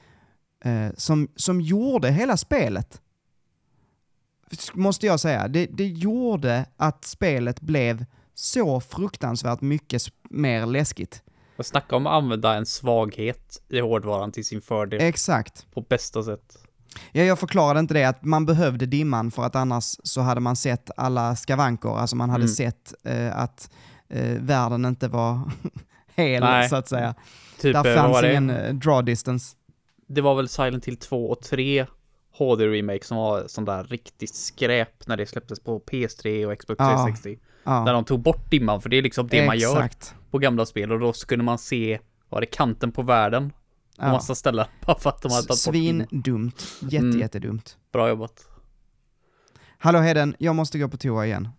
som gjorde hela spelet, måste jag säga. Det gjorde att spelet blev så fruktansvärt mycket mer läskigt. Och snacka om att använda en svaghet i hårdvaran till sin fördel. Exakt. På bästa sätt. Ja, jag förklarade inte det, att man behövde dimman för att annars så hade man sett alla skavanker. Alltså man hade sett att världen inte var hel, så att säga. Typ, där fanns ingen draw distance. Det var väl Silent Hill 2 och 3 HD-remake som var sån där riktigt skräp när det släpptes på PS3 och Xbox 360. Ja. Där de tog bort dimman, för det är liksom det man gör på gamla spel. Och då skulle man se, var det kanten på världen på massa ställen. Bara för att de hade tagit Svindumt. Jättedumt. Bra jobbat. Hallå Heden, jag måste gå på toa igen.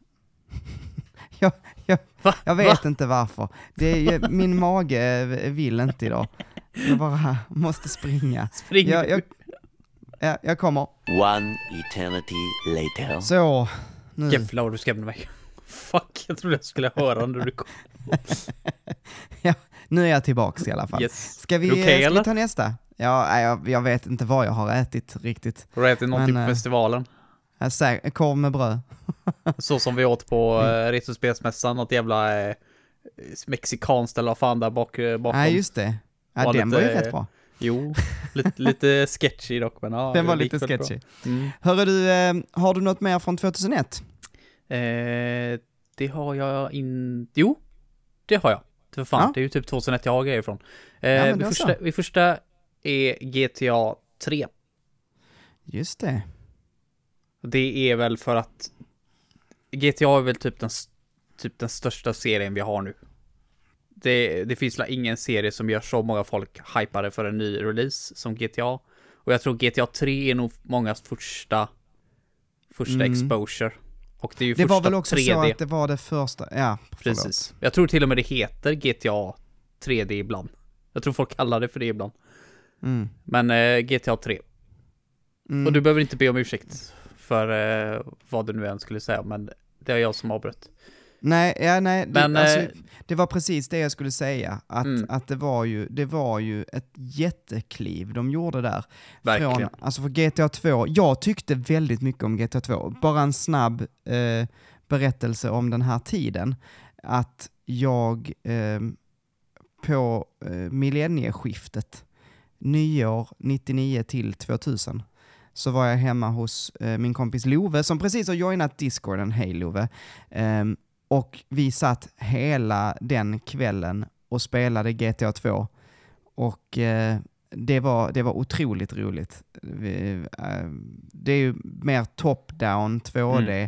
Jag vet inte varför. Min mage vill inte idag. Jag bara måste springa. Jag kommer. One eternity later. Så, nu. Jävlar vad du skrämde mig. Fuck, jag trodde jag skulle höra när du kom. Ja, nu är jag tillbaks i alla fall. Yes. Ska vi ta nästa? Ja, jag vet inte vad jag har ätit riktigt. Har du ätit någonting på festivalen? Korv med bröd. Så som vi åt på Retrospelsmässan, något jävla mexikanskt eller vad fan där bakom. Nej, just det. Ja, den var ju rätt bra. Jo, lite sketchy dock. Men, ja, den var lite sketchy. Hörru du, har du något mer från 2001? Det har jag Jo, det har jag. För fan, det är ju typ 2001 jag har grejer ifrån. Det första är GTA 3. Just det. Det är väl för att GTA är väl typ den största serien vi har nu. Det finns väl ingen serie som gör så många folk hypade för en ny release som GTA. Och jag tror GTA 3 är nog mångas första exposure. Och det är ju det första var väl också 3D. Så att det var det första. Ja, precis. Jag tror till och med det heter GTA 3D ibland. Jag tror folk kallar det för det ibland. Men GTA 3. Och du behöver inte be om ursäkt för vad du nu än skulle säga, men det är jag som avbröt. Nej, men, det var precis det jag skulle säga, att det var ju ett jättekliv de gjorde där. Verkligen. Alltså för GTA 2, jag tyckte väldigt mycket om GTA 2. Bara en snabb berättelse om den här tiden, att jag på millennieskiftet, nyår 99 till 2000, så var jag hemma hos min kompis Love, som precis har joinat Discorden. Hej Love. Och vi satt hela den kvällen och spelade GTA 2. Och det var otroligt roligt. Det är ju mer top-down 2D.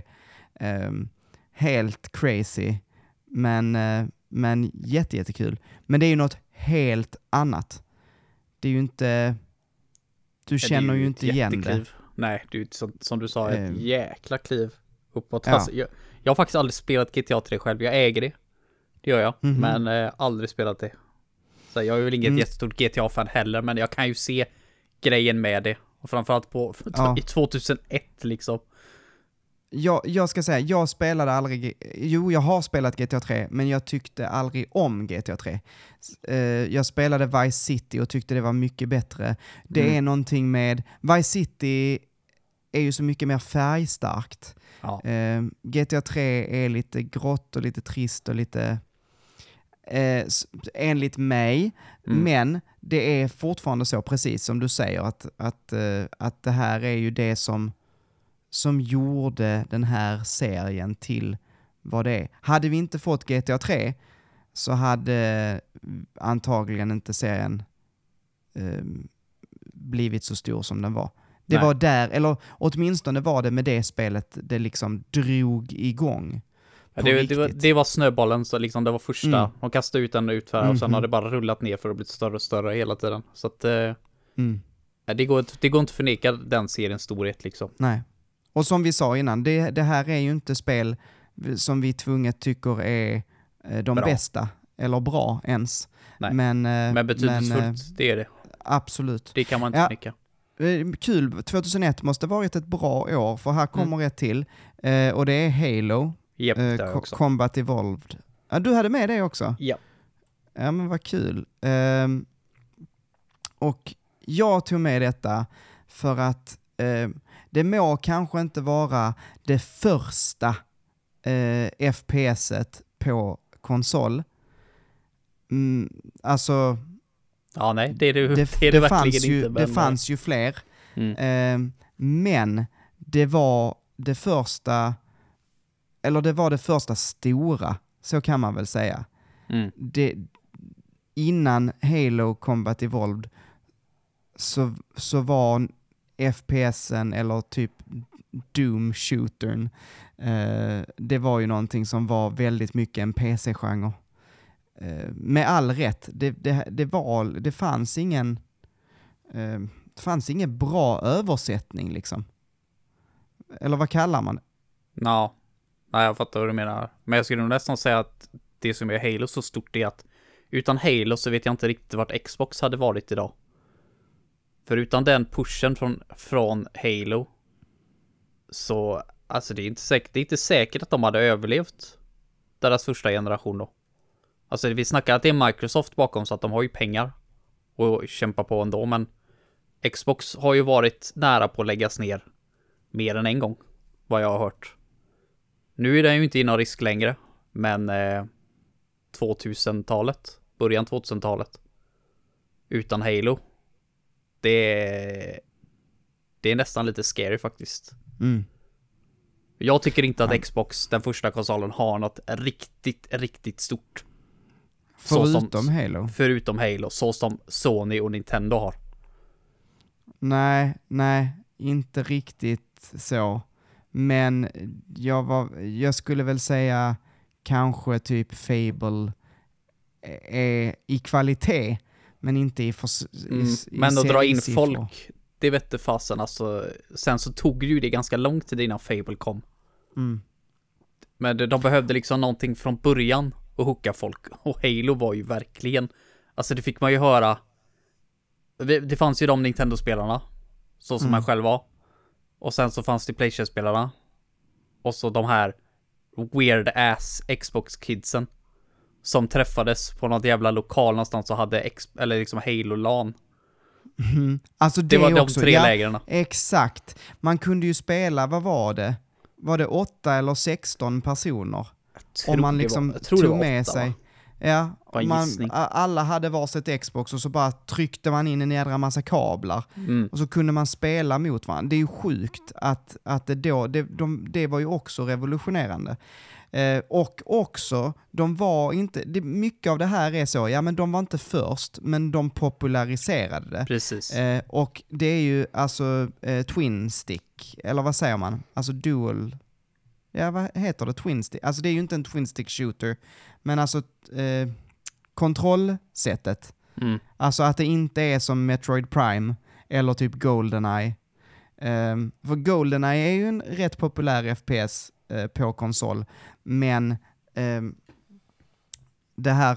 Helt crazy. Men jättekul. Men det är ju något helt annat. Det är ju inte... Du känner ju inte igen det. Nej, det är ju som du sa, ett jäkla kliv uppåt. Ja. Alltså, jag har faktiskt aldrig spelat GTA 3 själv. Jag äger det. Det gör jag. Men aldrig spelat det. Så jag är väl inget jättestort GTA-fan heller, men jag kan ju se grejen med det. Och framförallt i 2001 liksom. jag ska säga, jag spelade aldrig... Jo, jag har spelat GTA 3, men jag tyckte aldrig om GTA 3. Jag spelade Vice City och tyckte det var mycket bättre. Det är någonting med... Vice City är ju så mycket mer färgstarkt. Ja. GTA 3 är lite grått och lite trist och lite... enligt mig, men det är fortfarande så, precis som du säger, att det här är ju det som gjorde den här serien till vad det är. Hade vi inte fått GTA 3 så hade antagligen inte serien blivit så stor som den var. Det var där, eller åtminstone var det med det spelet det liksom drog igång. Ja, det var snöbollen, så liksom det var första. De kastade ut den utför och sen har det bara rullat ner för att bli större och större hela tiden. Så att det går inte att förneka den seriens storhet liksom. Nej. Och som vi sa innan, det här är ju inte spel som vi tvunget tycker är de bästa eller bra ens. Nej. Men betydelsefullt, det är det. Absolut. Det kan man inte förneka. Kul, 2001 måste varit ett bra år, för här kommer ett till. Och det är Halo. Japp, det också. Combat Evolved. Ja, du hade med det också? Ja. Ja, men vad kul. Och jag tog med detta för att det må kanske inte vara det första FPS-et på konsol. Alltså... Ja, nej, det är det verkligen inte. Det fanns ju fler. Men det var det första... Eller det var det första stora, så kan man väl säga. Innan Halo Combat Evolved så var FPSen eller typ Doom-shootern, det var ju någonting som var väldigt mycket en PC-genre. Med all rätt. Det fanns ingen bra översättning liksom. Eller vad kallar man det? Nej, jag fattar vad du menar. Men jag skulle nog nästan säga att det som är Halo så stort är att utan Halo så vet jag inte riktigt vart Xbox hade varit idag. För utan den pushen från Halo så, alltså det är inte säkert att de hade överlevt deras första generation då. Alltså vi snackar att det är Microsoft bakom, så att de har ju pengar och kämpa på ändå, men Xbox har ju varit nära på att läggas ner mer än en gång, vad jag har hört. Nu är den ju inte i någon risk längre, men 2000-talet, början 2000-talet, utan Halo, det är nästan lite scary faktiskt. Jag tycker inte att Xbox, den första konsolen, har något riktigt stort. Förutom Halo, så som Sony och Nintendo har. Nej, inte riktigt så. Men jag skulle väl säga kanske typ Fable är i kvalitet, men inte i men att dra in folk, det vette fasen. Alltså, sen så tog det ju det ganska lång tid innan Fable kom. Men de behövde liksom någonting från början och hooka folk. Och Halo var ju verkligen... Alltså det fick man ju höra. Det fanns ju de Nintendo-spelarna, så som man själv var. Och sen så fanns det PlayStation-spelarna. Och så de här weird-ass Xbox-kidsen som träffades på något jävla lokal någonstans och hade eller liksom Halo-LAN. Alltså det var de också, 3 lägren. Exakt. Man kunde ju spela, vad var det? Var det 8 eller 16 personer? Om man liksom tog med sig. Va? Ja, alla hade varsitt Xbox och så bara tryckte man in en jädra massa kablar. Och så kunde man spela mot varandra. Det är ju sjukt att det var ju också revolutionerande. Och också, de var inte... mycket av det här är så, ja men de var inte först, men de populariserade det. Precis. Och det är ju alltså twin stick, eller vad säger man? Alltså dual... Ja, vad heter det? Twin stick. Alltså det är ju inte en twin stick shooter, men alltså kontrollsättet. Alltså att det inte är som Metroid Prime eller typ GoldenEye. För GoldenEye är ju en rätt populär FPS på konsol, men det här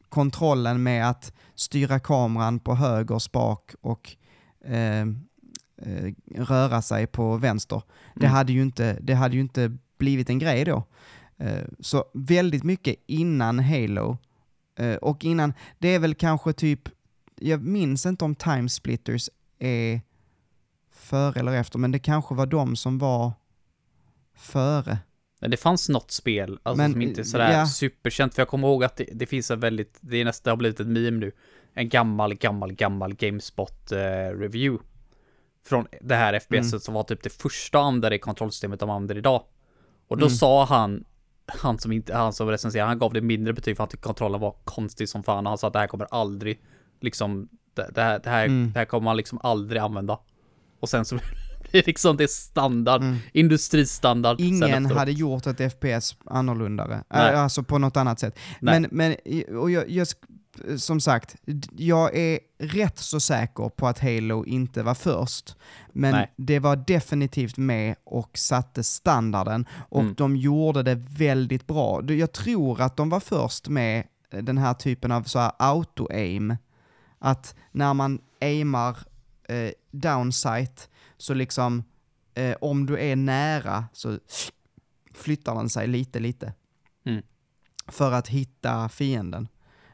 kontrollen med att styra kameran på höger spak och röra sig på vänster. Det hade ju inte blivit en grej då. Så väldigt mycket innan Halo. Och innan, det är väl kanske typ, jag minns inte om Time Splitters är före eller efter, men det kanske var de som var före. Det fanns något spel alltså, som inte är sådär superkänt, för jag kommer ihåg att det finns en väldigt, det har blivit ett meme nu, en gammal GameSpot review från det här FPSet som var typ det första andra i kontrollsystemet de använder idag. Och då sa han som recenserade, han gav det mindre betyg för att kontrollen var konstig som fan. Han sa att det här kommer aldrig liksom, det här kommer man liksom aldrig använda. Och sen så det är liksom det standard, industristandard. Ingen hade gjort ett FPS annorlunda. Alltså på något annat sätt. Men och jag, som sagt, jag är rätt så säker på att Halo inte var först. Men det var definitivt med och satte standarden. Och de gjorde det väldigt bra. Jag tror att de var först med den här typen av så här auto-aim. Att när man aimar downsight, så liksom om du är nära så flyttar den sig lite. För att hitta fienden.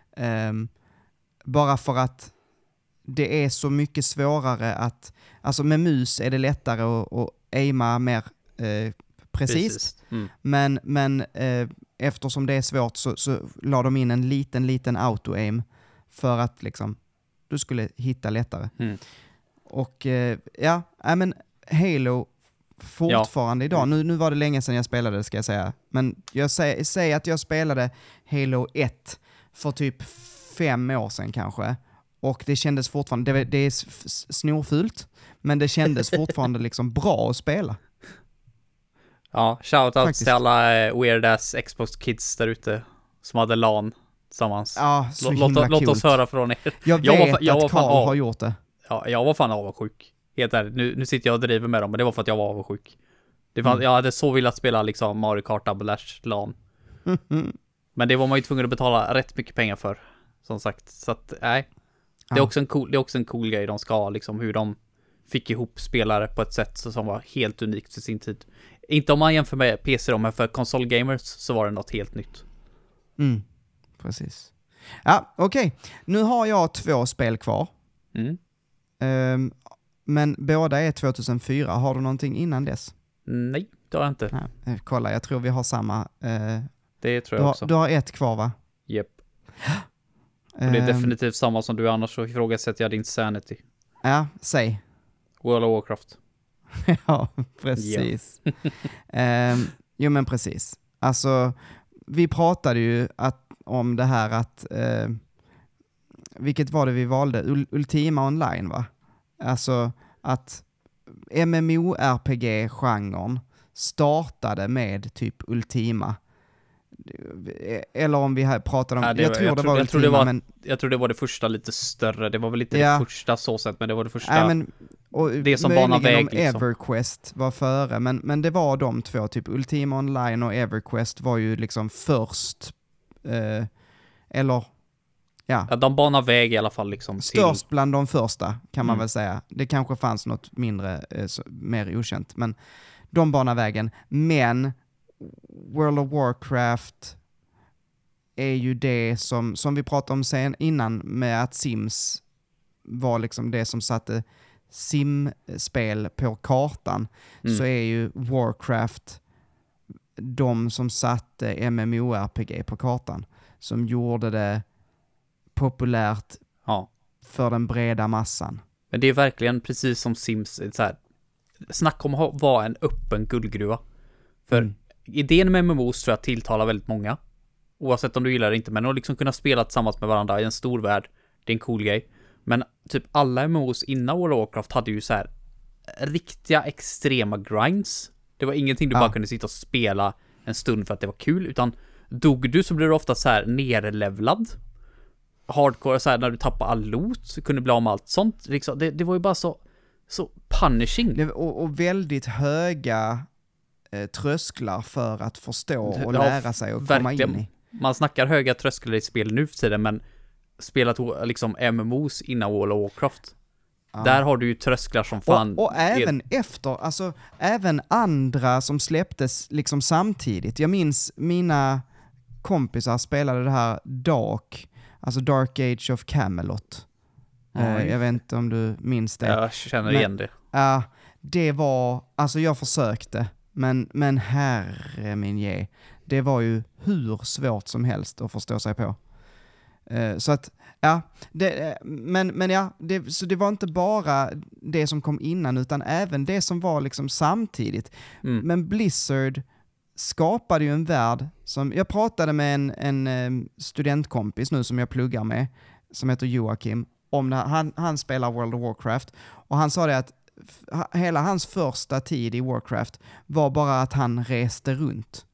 Bara för att det är så mycket svårare att, alltså med mus är det lättare att aima mer precis. Men eftersom det är svårt så la de in en liten auto-aim för att liksom du skulle hitta lättare. Och men Halo fortfarande idag, nu var det länge sedan jag spelade, ska jag säga, men jag säger att jag spelade Halo 1 för typ 5 år sedan kanske, och det kändes fortfarande, det är snorfult, men det kändes fortfarande liksom bra att spela. Ja, shoutouts till alla weird-ass Xbox kids där ute som hade LAN tillsammans. Ja, låt oss höra från er. Jag vet att Carl har gjort det. Ja, jag var fan avundsjuk. Helt ärligt, nu sitter jag och driver med dem, men det var för att jag var avundsjuk. Jag hade så velat spela liksom Mario Kart Double Dash LAN. Men det var man ju tvungen att betala rätt mycket pengar för, som sagt. Så att, nej. Det är också en cool grej de ska ha, liksom hur de fick ihop spelare på ett sätt som var helt unikt för sin tid. Inte om man jämför med PC då, men för console-gamers så var det något helt nytt. Precis. Ja, okej. Nu har jag 2 spel kvar. Men båda är 2004. Har du någonting innan dess? Nej, det har jag inte. Nej, kolla, jag tror vi har samma. Det tror jag också. Du har 1 kvar, va? Japp. Och det är definitivt samma som du, annars så ifrågasätter jag din sanity. Ja, säg. World of Warcraft. Ja, precis. Jo, men precis. Alltså, vi pratade ju om det här att vilket var det vi valde? Ultima Online, va? Alltså att MMORPG-genren startade med typ Ultima. Eller om vi här pratade om... Jag tror det var det första lite större. Det var väl inte det första så sett, men det var det första. Det som banar väg. Liksom. EverQuest var före, men det var de 2, typ Ultima Online och EverQuest var ju liksom först. Ja, de banar väg i alla fall. Liksom, störst bland de första, kan man väl säga. Det kanske fanns något mindre, mer okänt, men de banar vägen. Men World of Warcraft är ju det som vi pratade om sen innan, med att Sims var liksom det som satte simspel på kartan. Så är ju Warcraft de som satte MMORPG på kartan, som gjorde det populärt för den breda massan. Men det är verkligen precis som Sims, så här, snack om att vara en öppen guldgruva. För idén med MMOs tror jag tilltalar väldigt många, oavsett om du gillar det inte, men att liksom kunna spela tillsammans med varandra i en stor värld, det är en cool grej. Men typ alla MMOs innan World of Warcraft hade ju så här riktiga extrema grinds. Det var ingenting du bara kunde sitta och spela en stund för att det var kul, utan dog du så blev du ofta så här nerlevlad. Hardcore, så här, när du tappar all loot så kunde du bli av med allt sånt. Liksom, det var ju bara så punishing. Och väldigt höga trösklar för att förstå och lära sig och komma in i. Man snackar höga trösklar i spel nu för tiden, men spelat liksom MMOs innan World of Warcraft. Där har du ju trösklar som fan. Och även efter, alltså även andra som släpptes liksom samtidigt. Jag minns mina kompisar spelade det här Dark Age of Camelot. Jag vet inte om du minns det. Jag känner igen det. Ja, det var, alltså jag försökte, men herre min ge. Det var ju hur svårt som helst att förstå sig på. Så att, ja, så det var inte bara det som kom innan, utan även det som var liksom samtidigt. Men Blizzard skapade ju en värld som, jag pratade med en studentkompis nu som jag pluggar med, som heter Joakim, om det här. Han spelar World of Warcraft, och han sa det att hela hans första tid i Warcraft var bara att han reste runt.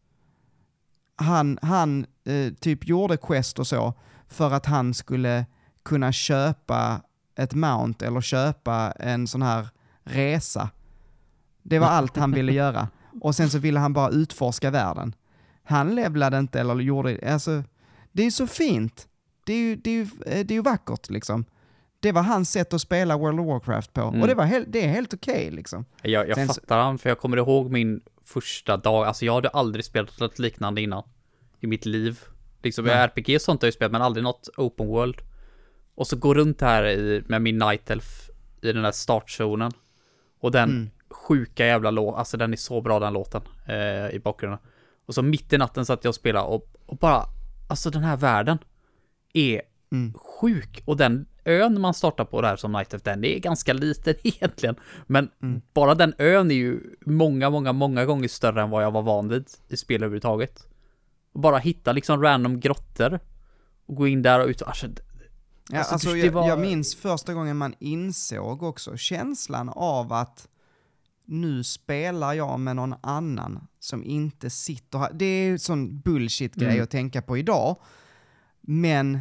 Han typ gjorde quest och så för att han skulle kunna köpa ett mount eller köpa en sån här resa. Det var allt han ville göra. Och sen så ville han bara utforska världen. Han levlade inte eller gjorde... Alltså, det är så fint. Det är ju vackert liksom. Det var hans sätt att spela World of Warcraft på. Och det är helt okej liksom. Jag fattar han, för jag kommer ihåg min första dag. Alltså jag hade aldrig spelat något liknande innan i mitt liv. Liksom RPG och sånt har jag spelat, men aldrig något open world. Och så går runt här med min Night Elf i den där startzonen. Och den sjuka jävla låten, alltså den är så bra den låten i bakgrunden. Och så mitt i natten satt jag och spelade och bara, alltså den här världen är sjuk. Och den ön man startar på där som Night Elf, den är ganska liten egentligen. Men bara den ön är ju många gånger större än vad jag var van vid i spel överhuvudtaget. Och bara hitta liksom random grottor och gå in där och ut. Alltså, jag minns första gången man insåg också känslan av att nu spelar jag med någon annan som inte sitter här. Det är ju sån bullshit-grej att tänka på idag. Men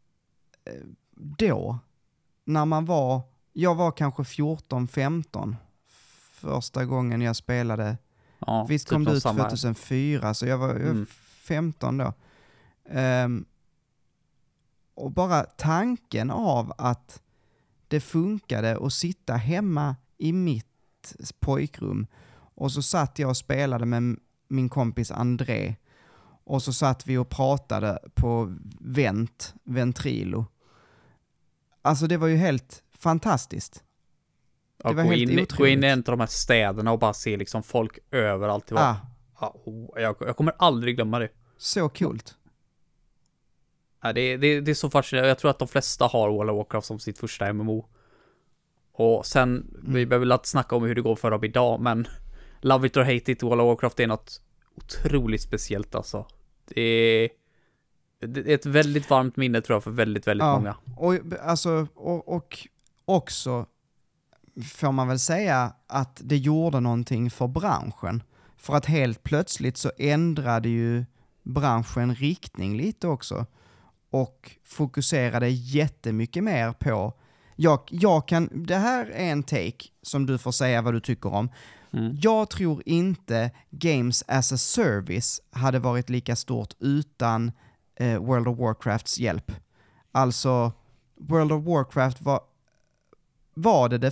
då, när jag var kanske 14-15 första gången jag spelade. Ja, visst kom det ut 2004, så jag var 15 då. Och bara tanken av att det funkade att sitta hemma i mitt pojkrum, och så satt jag och spelade med min kompis André, och så satt vi och pratade på Ventrilo. Alltså det var ju helt fantastiskt. Det var helt otroligt. Gå in i en av de här städerna och bara se liksom folk överallt. Jag kommer aldrig glömma det. Så coolt. Ja, det är så fascinerande. Jag tror att de flesta har World of Warcraft som sitt första MMO. Och sen, vi behöver väl inte snacka om hur det går för dem idag, men love it or hate it, World of Warcraft är något otroligt speciellt alltså. Det är ett väldigt varmt minne tror jag för väldigt många. Och, alltså, och också får man väl säga att det gjorde någonting för branschen. För att helt plötsligt så ändrade ju branschen riktning lite också. Och fokuserade jättemycket mer på... det här är en take som du får säga vad du tycker om. Jag tror inte Games as a Service hade varit lika stort utan World of Warcrafts hjälp. Alltså, World of Warcraft var det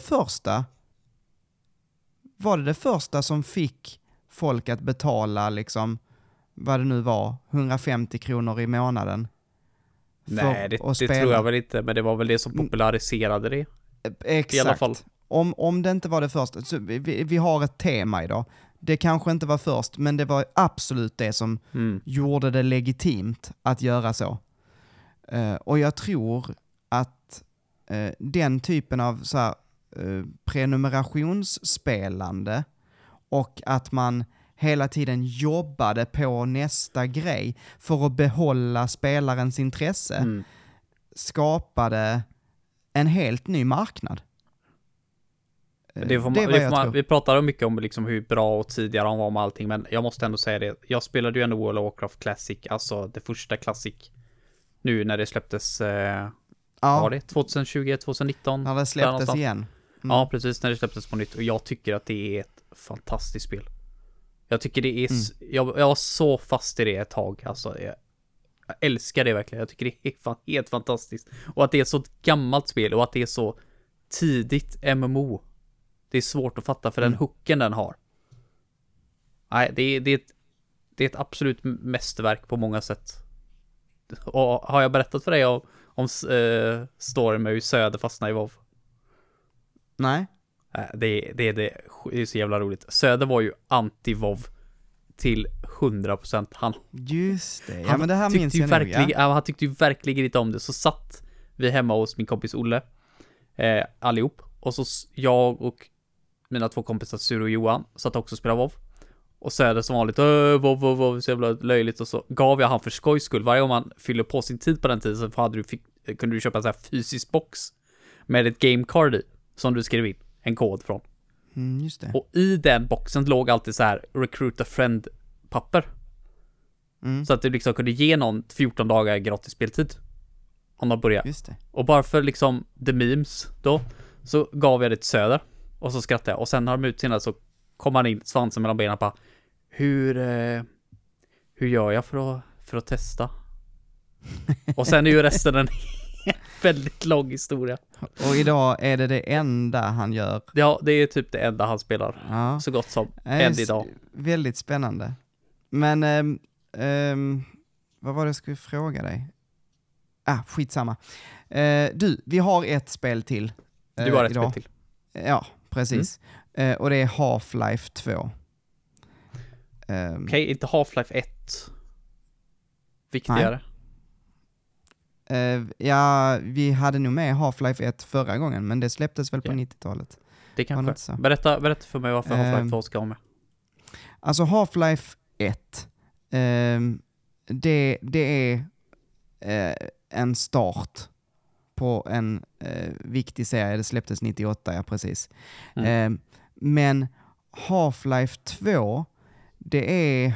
första som fick folk att betala liksom, vad det nu var, 150 kronor i månaden. Nej, det tror jag väl inte, men det var väl det som populariserade det. Exakt. I alla fall. Om det inte var det första, så vi har ett tema idag. Det kanske inte var först, men det var absolut det som gjorde det legitimt att göra så. Och jag tror att den typen av så här, prenumerationsspelande och att man hela tiden jobbade på nästa grej för att behålla spelarens intresse skapade en helt ny marknad. Vi pratade mycket om liksom hur bra och tidigare han var med allting, men jag måste ändå säga det. Jag spelade ju ändå World of Warcraft Classic, alltså det första Classic, nu när det släpptes var det 2020, 2019? När det släpptes igen. Ja, precis, när det släpptes på nytt. Och jag tycker att det är ett fantastiskt spel. Jag tycker det är... Jag var så fast i det ett tag. Alltså, jag älskar det verkligen. Jag tycker det är helt fantastiskt. Och att det är så ett gammalt spel och att det är så tidigt MMO. Det är svårt att fatta för den hooken den har. Nej, det är ett absolut mästerverk på många sätt. Och har jag berättat för dig om storyn med hur Söder fastnade i WoW? Nej. Det är så jävla roligt. Söder var ju anti-WoW till 100%. Just det. Ja, men det här minns jag verkligen, nog, ja. Han tyckte ju verkligen inte om det. Så satt vi hemma hos min kompis Olle. Allihop. Och så jag och mina 2 kompisar Suru och Johan satt också och spelade WoW. Och Söder som vanligt, WoW, så jävla löjligt. Och så gav jag han för skojs skull. Varje gång man fyller på sin tid på den tiden så kunde du köpa en sån här fysisk box med ett game card i, som du skrev in en kod från. Just det. Och i den boxen låg alltid så här recruit a friend papper. Så att du liksom kunde ge någon 14 dagar gratis speltid om de börjar. Just det. Och bara för liksom the memes då, så gav jag det till Söder. Och så skrattade jag. Och sen har de ut sina, så kom han in svansen mellan benen och bara, hur gör jag för att testa? Och sen är ju resten en väldigt lång historia. Och idag är det enda han gör. Ja, det är typ det enda han spelar. Ja. Så gott som än idag. Väldigt spännande. Men vad var det jag skulle fråga dig? Skitsamma. Du, vi har ett spel till. Du har ett idag. spel till. Ja, precis. Och det är Half-Life 2. Okej, inte Half-Life 1. Viktigare. Ja, vi hade nog med Half-Life 1 förra gången, men det släpptes väl på 90-talet. Det kanske. Berätta för mig varför Half-Life 2 ska vara med. Alltså Half-Life 1, det är en start på en viktig serie. Det släpptes 98, ja precis. Men Half-Life 2, det är...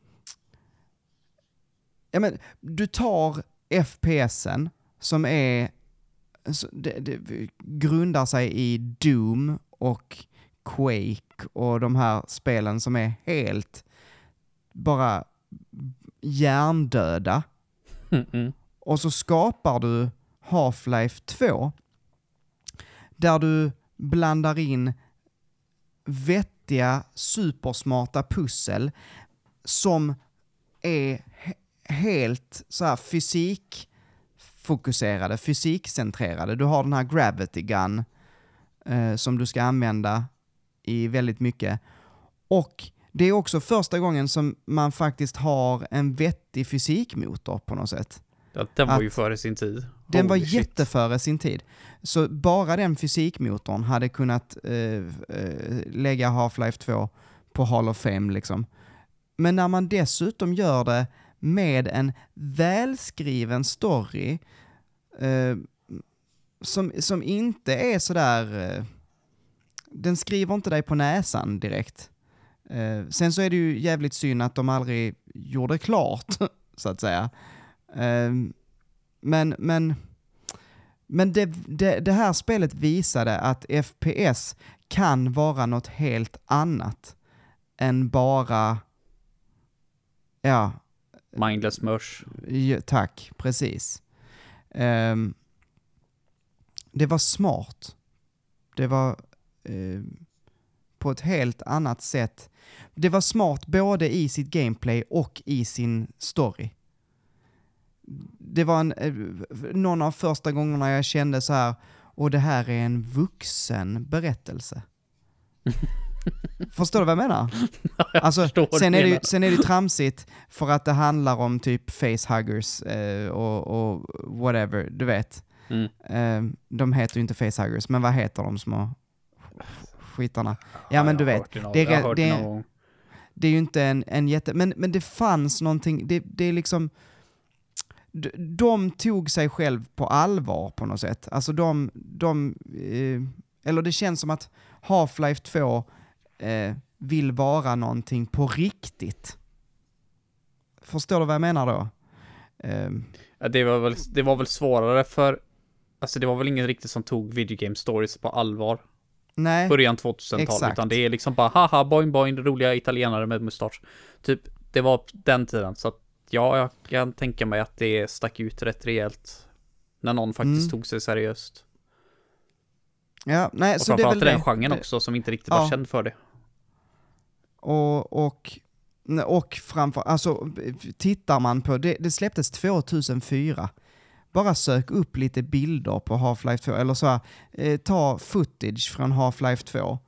Ja, men du tar FPSen som är... Det grundar sig i Doom och Quake och de här spelen som är helt bara hjärndöda. Och så skapar du Half-Life 2 där du blandar in vettiga, supersmarta pussel som är helt så här fysikfokuserade, fysikcentrerade. Du har den här Gravity Gun som du ska använda i väldigt mycket. Och det är också första gången som man faktiskt har en vettig fysikmotor på något sätt. Ja, den var ju före sin tid. Den var jätteföre sin tid. Så bara den fysikmotorn hade kunnat lägga Half-Life 2 på Hall of Fame liksom. Men när man dessutom gör det med en välskriven story som inte är sådär... den skriver inte dig på näsan direkt. Sen så är det ju jävligt synd att de aldrig gjorde klart, så att säga. Men det här spelet visade att FPS kan vara något helt annat än bara... Ja. Mindless mush. Ja, tack, precis. Det var smart. Det var på ett helt annat sätt. Det var smart både i sitt gameplay och i sin story. Det var någon av första gångerna jag kände så här, och det här är en vuxen berättelse. Förstår du vad jag menar? Alltså, sen är det tramsigt för att det handlar om typ facehuggers och whatever, du vet. De heter ju inte facehuggers, men vad heter de små skitarna? Ja, men du vet. Det är ju inte en jätte... Men det fanns någonting... Det är liksom... De tog sig själv på allvar på något sätt. Alltså eller det känns som att Half-Life 2 vill vara någonting på riktigt. Förstår du vad jag menar då? Det var väl svårare för... Alltså det var väl ingen riktigt som tog video game stories på allvar. Nej. Början 2000-tal. Utan det är liksom bara haha, boing boing, roliga italienare med mustasch. Typ, det var den tiden. Så att ja, jag kan tänka mig att det stack ut rätt rejält när någon faktiskt tog sig seriöst. Ja, nej, Och så det är väl framförallt den det. genren också som inte riktigt var känd för det. Och framför, alltså tittar man på, det släpptes 2004. Bara sök upp lite bilder på Half-Life 2, eller så här, ta footage från Half-Life 2.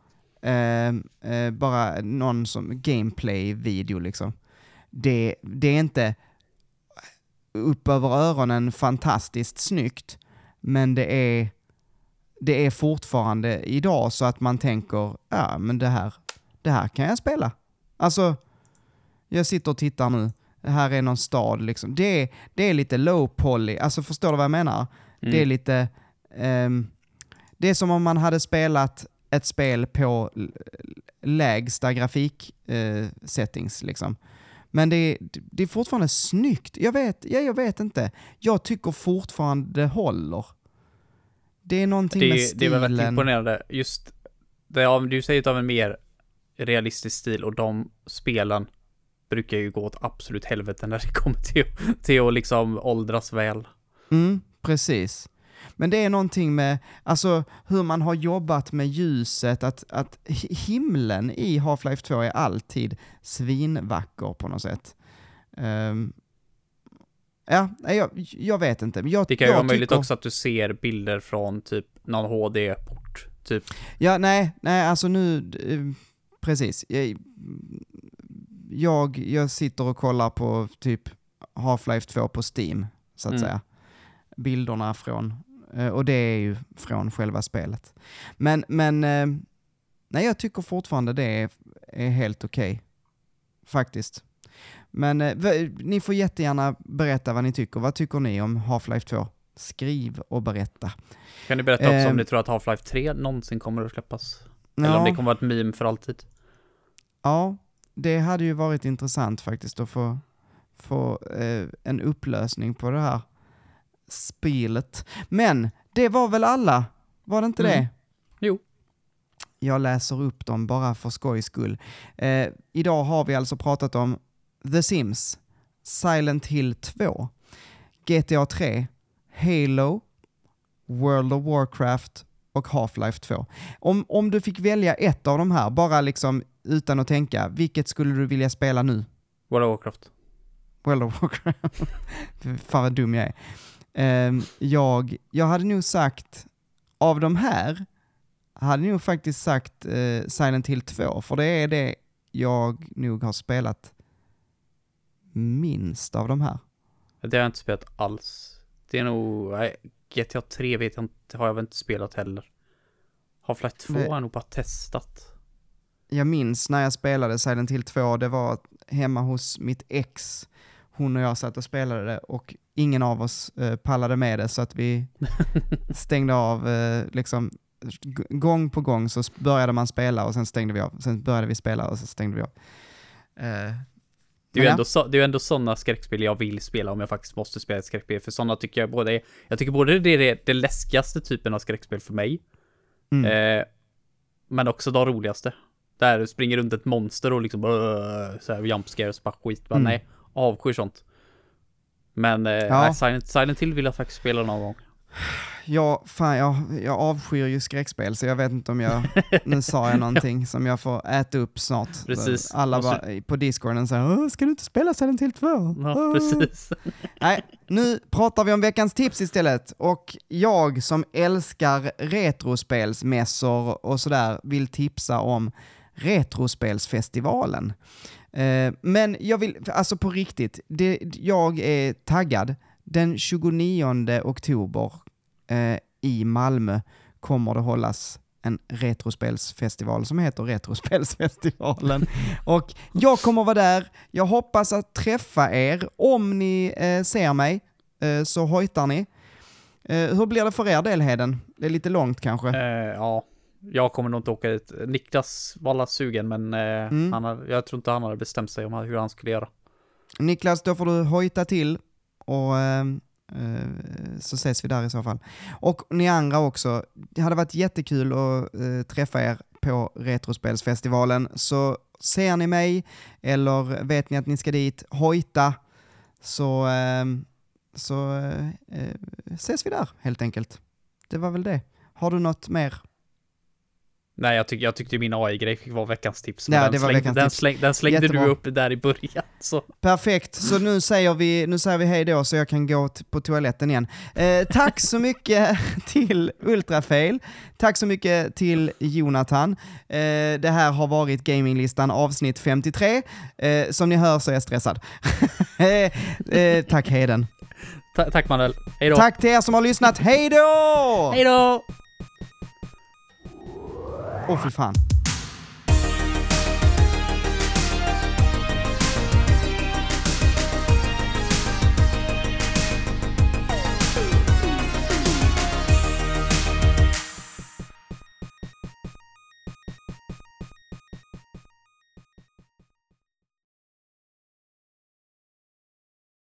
Bara någon som gameplay-video liksom. Det är inte upp över öronen fantastiskt snyggt, men det är fortfarande idag så att man tänker, ja men det här kan jag spela. Alltså, jag sitter och tittar nu. Det här är någon stad liksom. Det är lite low poly. Alltså förstår du vad jag menar? Det är lite... det är som om man hade spelat ett spel på lägsta grafik settings liksom. Men det är fortfarande snyggt. Jag vet inte. Jag tycker fortfarande det håller. Det är någonting med stilen. Det var väldigt imponerande. Just det, du säger av en mer realistisk stil, och de spelen brukar ju gå åt absolut helvete när det kommer till att liksom åldras väl. Precis. Men det är någonting med alltså, hur man har jobbat med ljuset, att himlen i Half-Life 2 är alltid svinvacker på något sätt. Jag vet inte. Det kan ju vara möjligt också att du ser bilder från typ någon HD-port. Typ. Ja, nej, alltså nu... precis. Jag sitter och kollar på typ Half-Life 2 på Steam, så att säga. Bilderna från... och det är ju från själva spelet. Men nej, jag tycker fortfarande det är helt okej. Faktiskt. Men ni får jättegärna berätta vad ni tycker. Vad tycker ni om Half-Life 2? Skriv och berätta. Kan ni berätta också om ni tror att Half-Life 3 någonsin kommer att släppas? Eller om det kommer att vara ett meme för alltid? Ja, det hade ju varit intressant faktiskt att få en upplösning på det här spelet. Men det var väl alla? Var det inte det? Jo. Jag läser upp dem bara för skojs skull. Idag har vi alltså pratat om The Sims, Silent Hill 2, GTA 3, Halo, World of Warcraft och Half-Life 2. Om du fick välja ett av de här, bara liksom utan att tänka, vilket skulle du vilja spela nu? World of Warcraft. World of Warcraft. Fan vad dum jag är. Jag hade nog sagt, av de här, hade nog faktiskt sagt Silent Hill 2, för det är det jag nog har spelat minst av de här. Det har jag inte spelat alls. Det är nog... GTA 3 vet jag inte, har jag väl inte spelat heller. Half-Life 2 har jag nog bara testat. Jag minns när jag spelade Silent Hill 2, det var hemma hos mitt ex. Hon och jag satt och spelade det och ingen av oss pallade med det, så att vi stängde av liksom gång på gång, så började man spela och sen stängde vi av. Sen började vi spela och så stängde vi av. Det är ju ändå sådana skräckspel jag vill spela om jag faktiskt måste spela ett skräckspel. För sådana tycker jag både det är det läskigaste typen av skräckspel för mig. Men också de roligaste. Där du springer runt ett monster och liksom så här jumpscares, bara skit. Nej, avskyr sånt. Men Silent Hill vill jag faktiskt spela någon gång. Ja, fan, jag avskyr ju skräckspel, så jag vet inte om jag... Nu sa jag någonting som jag får äta upp snart. Precis. Alla bara på Discorden säger, ska du inte spela Silent Hill 2? Ja, precis. Nej, nu pratar vi om veckans tips istället. Och jag som älskar retrospelsmässor och sådär vill tipsa om Retrospelsfestivalen. Men jag vill, alltså på riktigt, jag är taggad. Den 29 oktober i Malmö kommer det hållas en retrospelsfestival som heter Retrospelsfestivalen. Och jag kommer vara där. Jag hoppas att träffa er. Om ni ser mig så hojtar ni. Hur blir det för er del, Heden? Det är lite långt kanske. Ja, jag kommer nog inte åka dit. Niklas var alla sugen, men jag tror inte han hade bestämt sig om hur han skulle göra. Niklas, då får du hojta till och så ses vi där i så fall. Och ni andra också, det hade varit jättekul att träffa er på Retrospelsfestivalen. Så ser ni mig eller vet ni att ni ska dit, hojta, så ses vi där helt enkelt. Det var väl det. Har du något mer Nej, jag tyckte min AI-grej fick vara veckans tips. Ja, det var veckans tips. Den slängde Jättebra. du upp där i början. Så. Perfekt, så nu säger vi hej då så jag kan gå på toaletten igen. Tack så mycket till Ultrafail. Tack så mycket till Jonathan. Det här har varit Gaminglistan avsnitt 53. Som ni hör så är jag stressad. Tack Heden. Tack Manuel. Hej då. Tack till er som har lyssnat. Hej då! Hej då! Åh fy fan.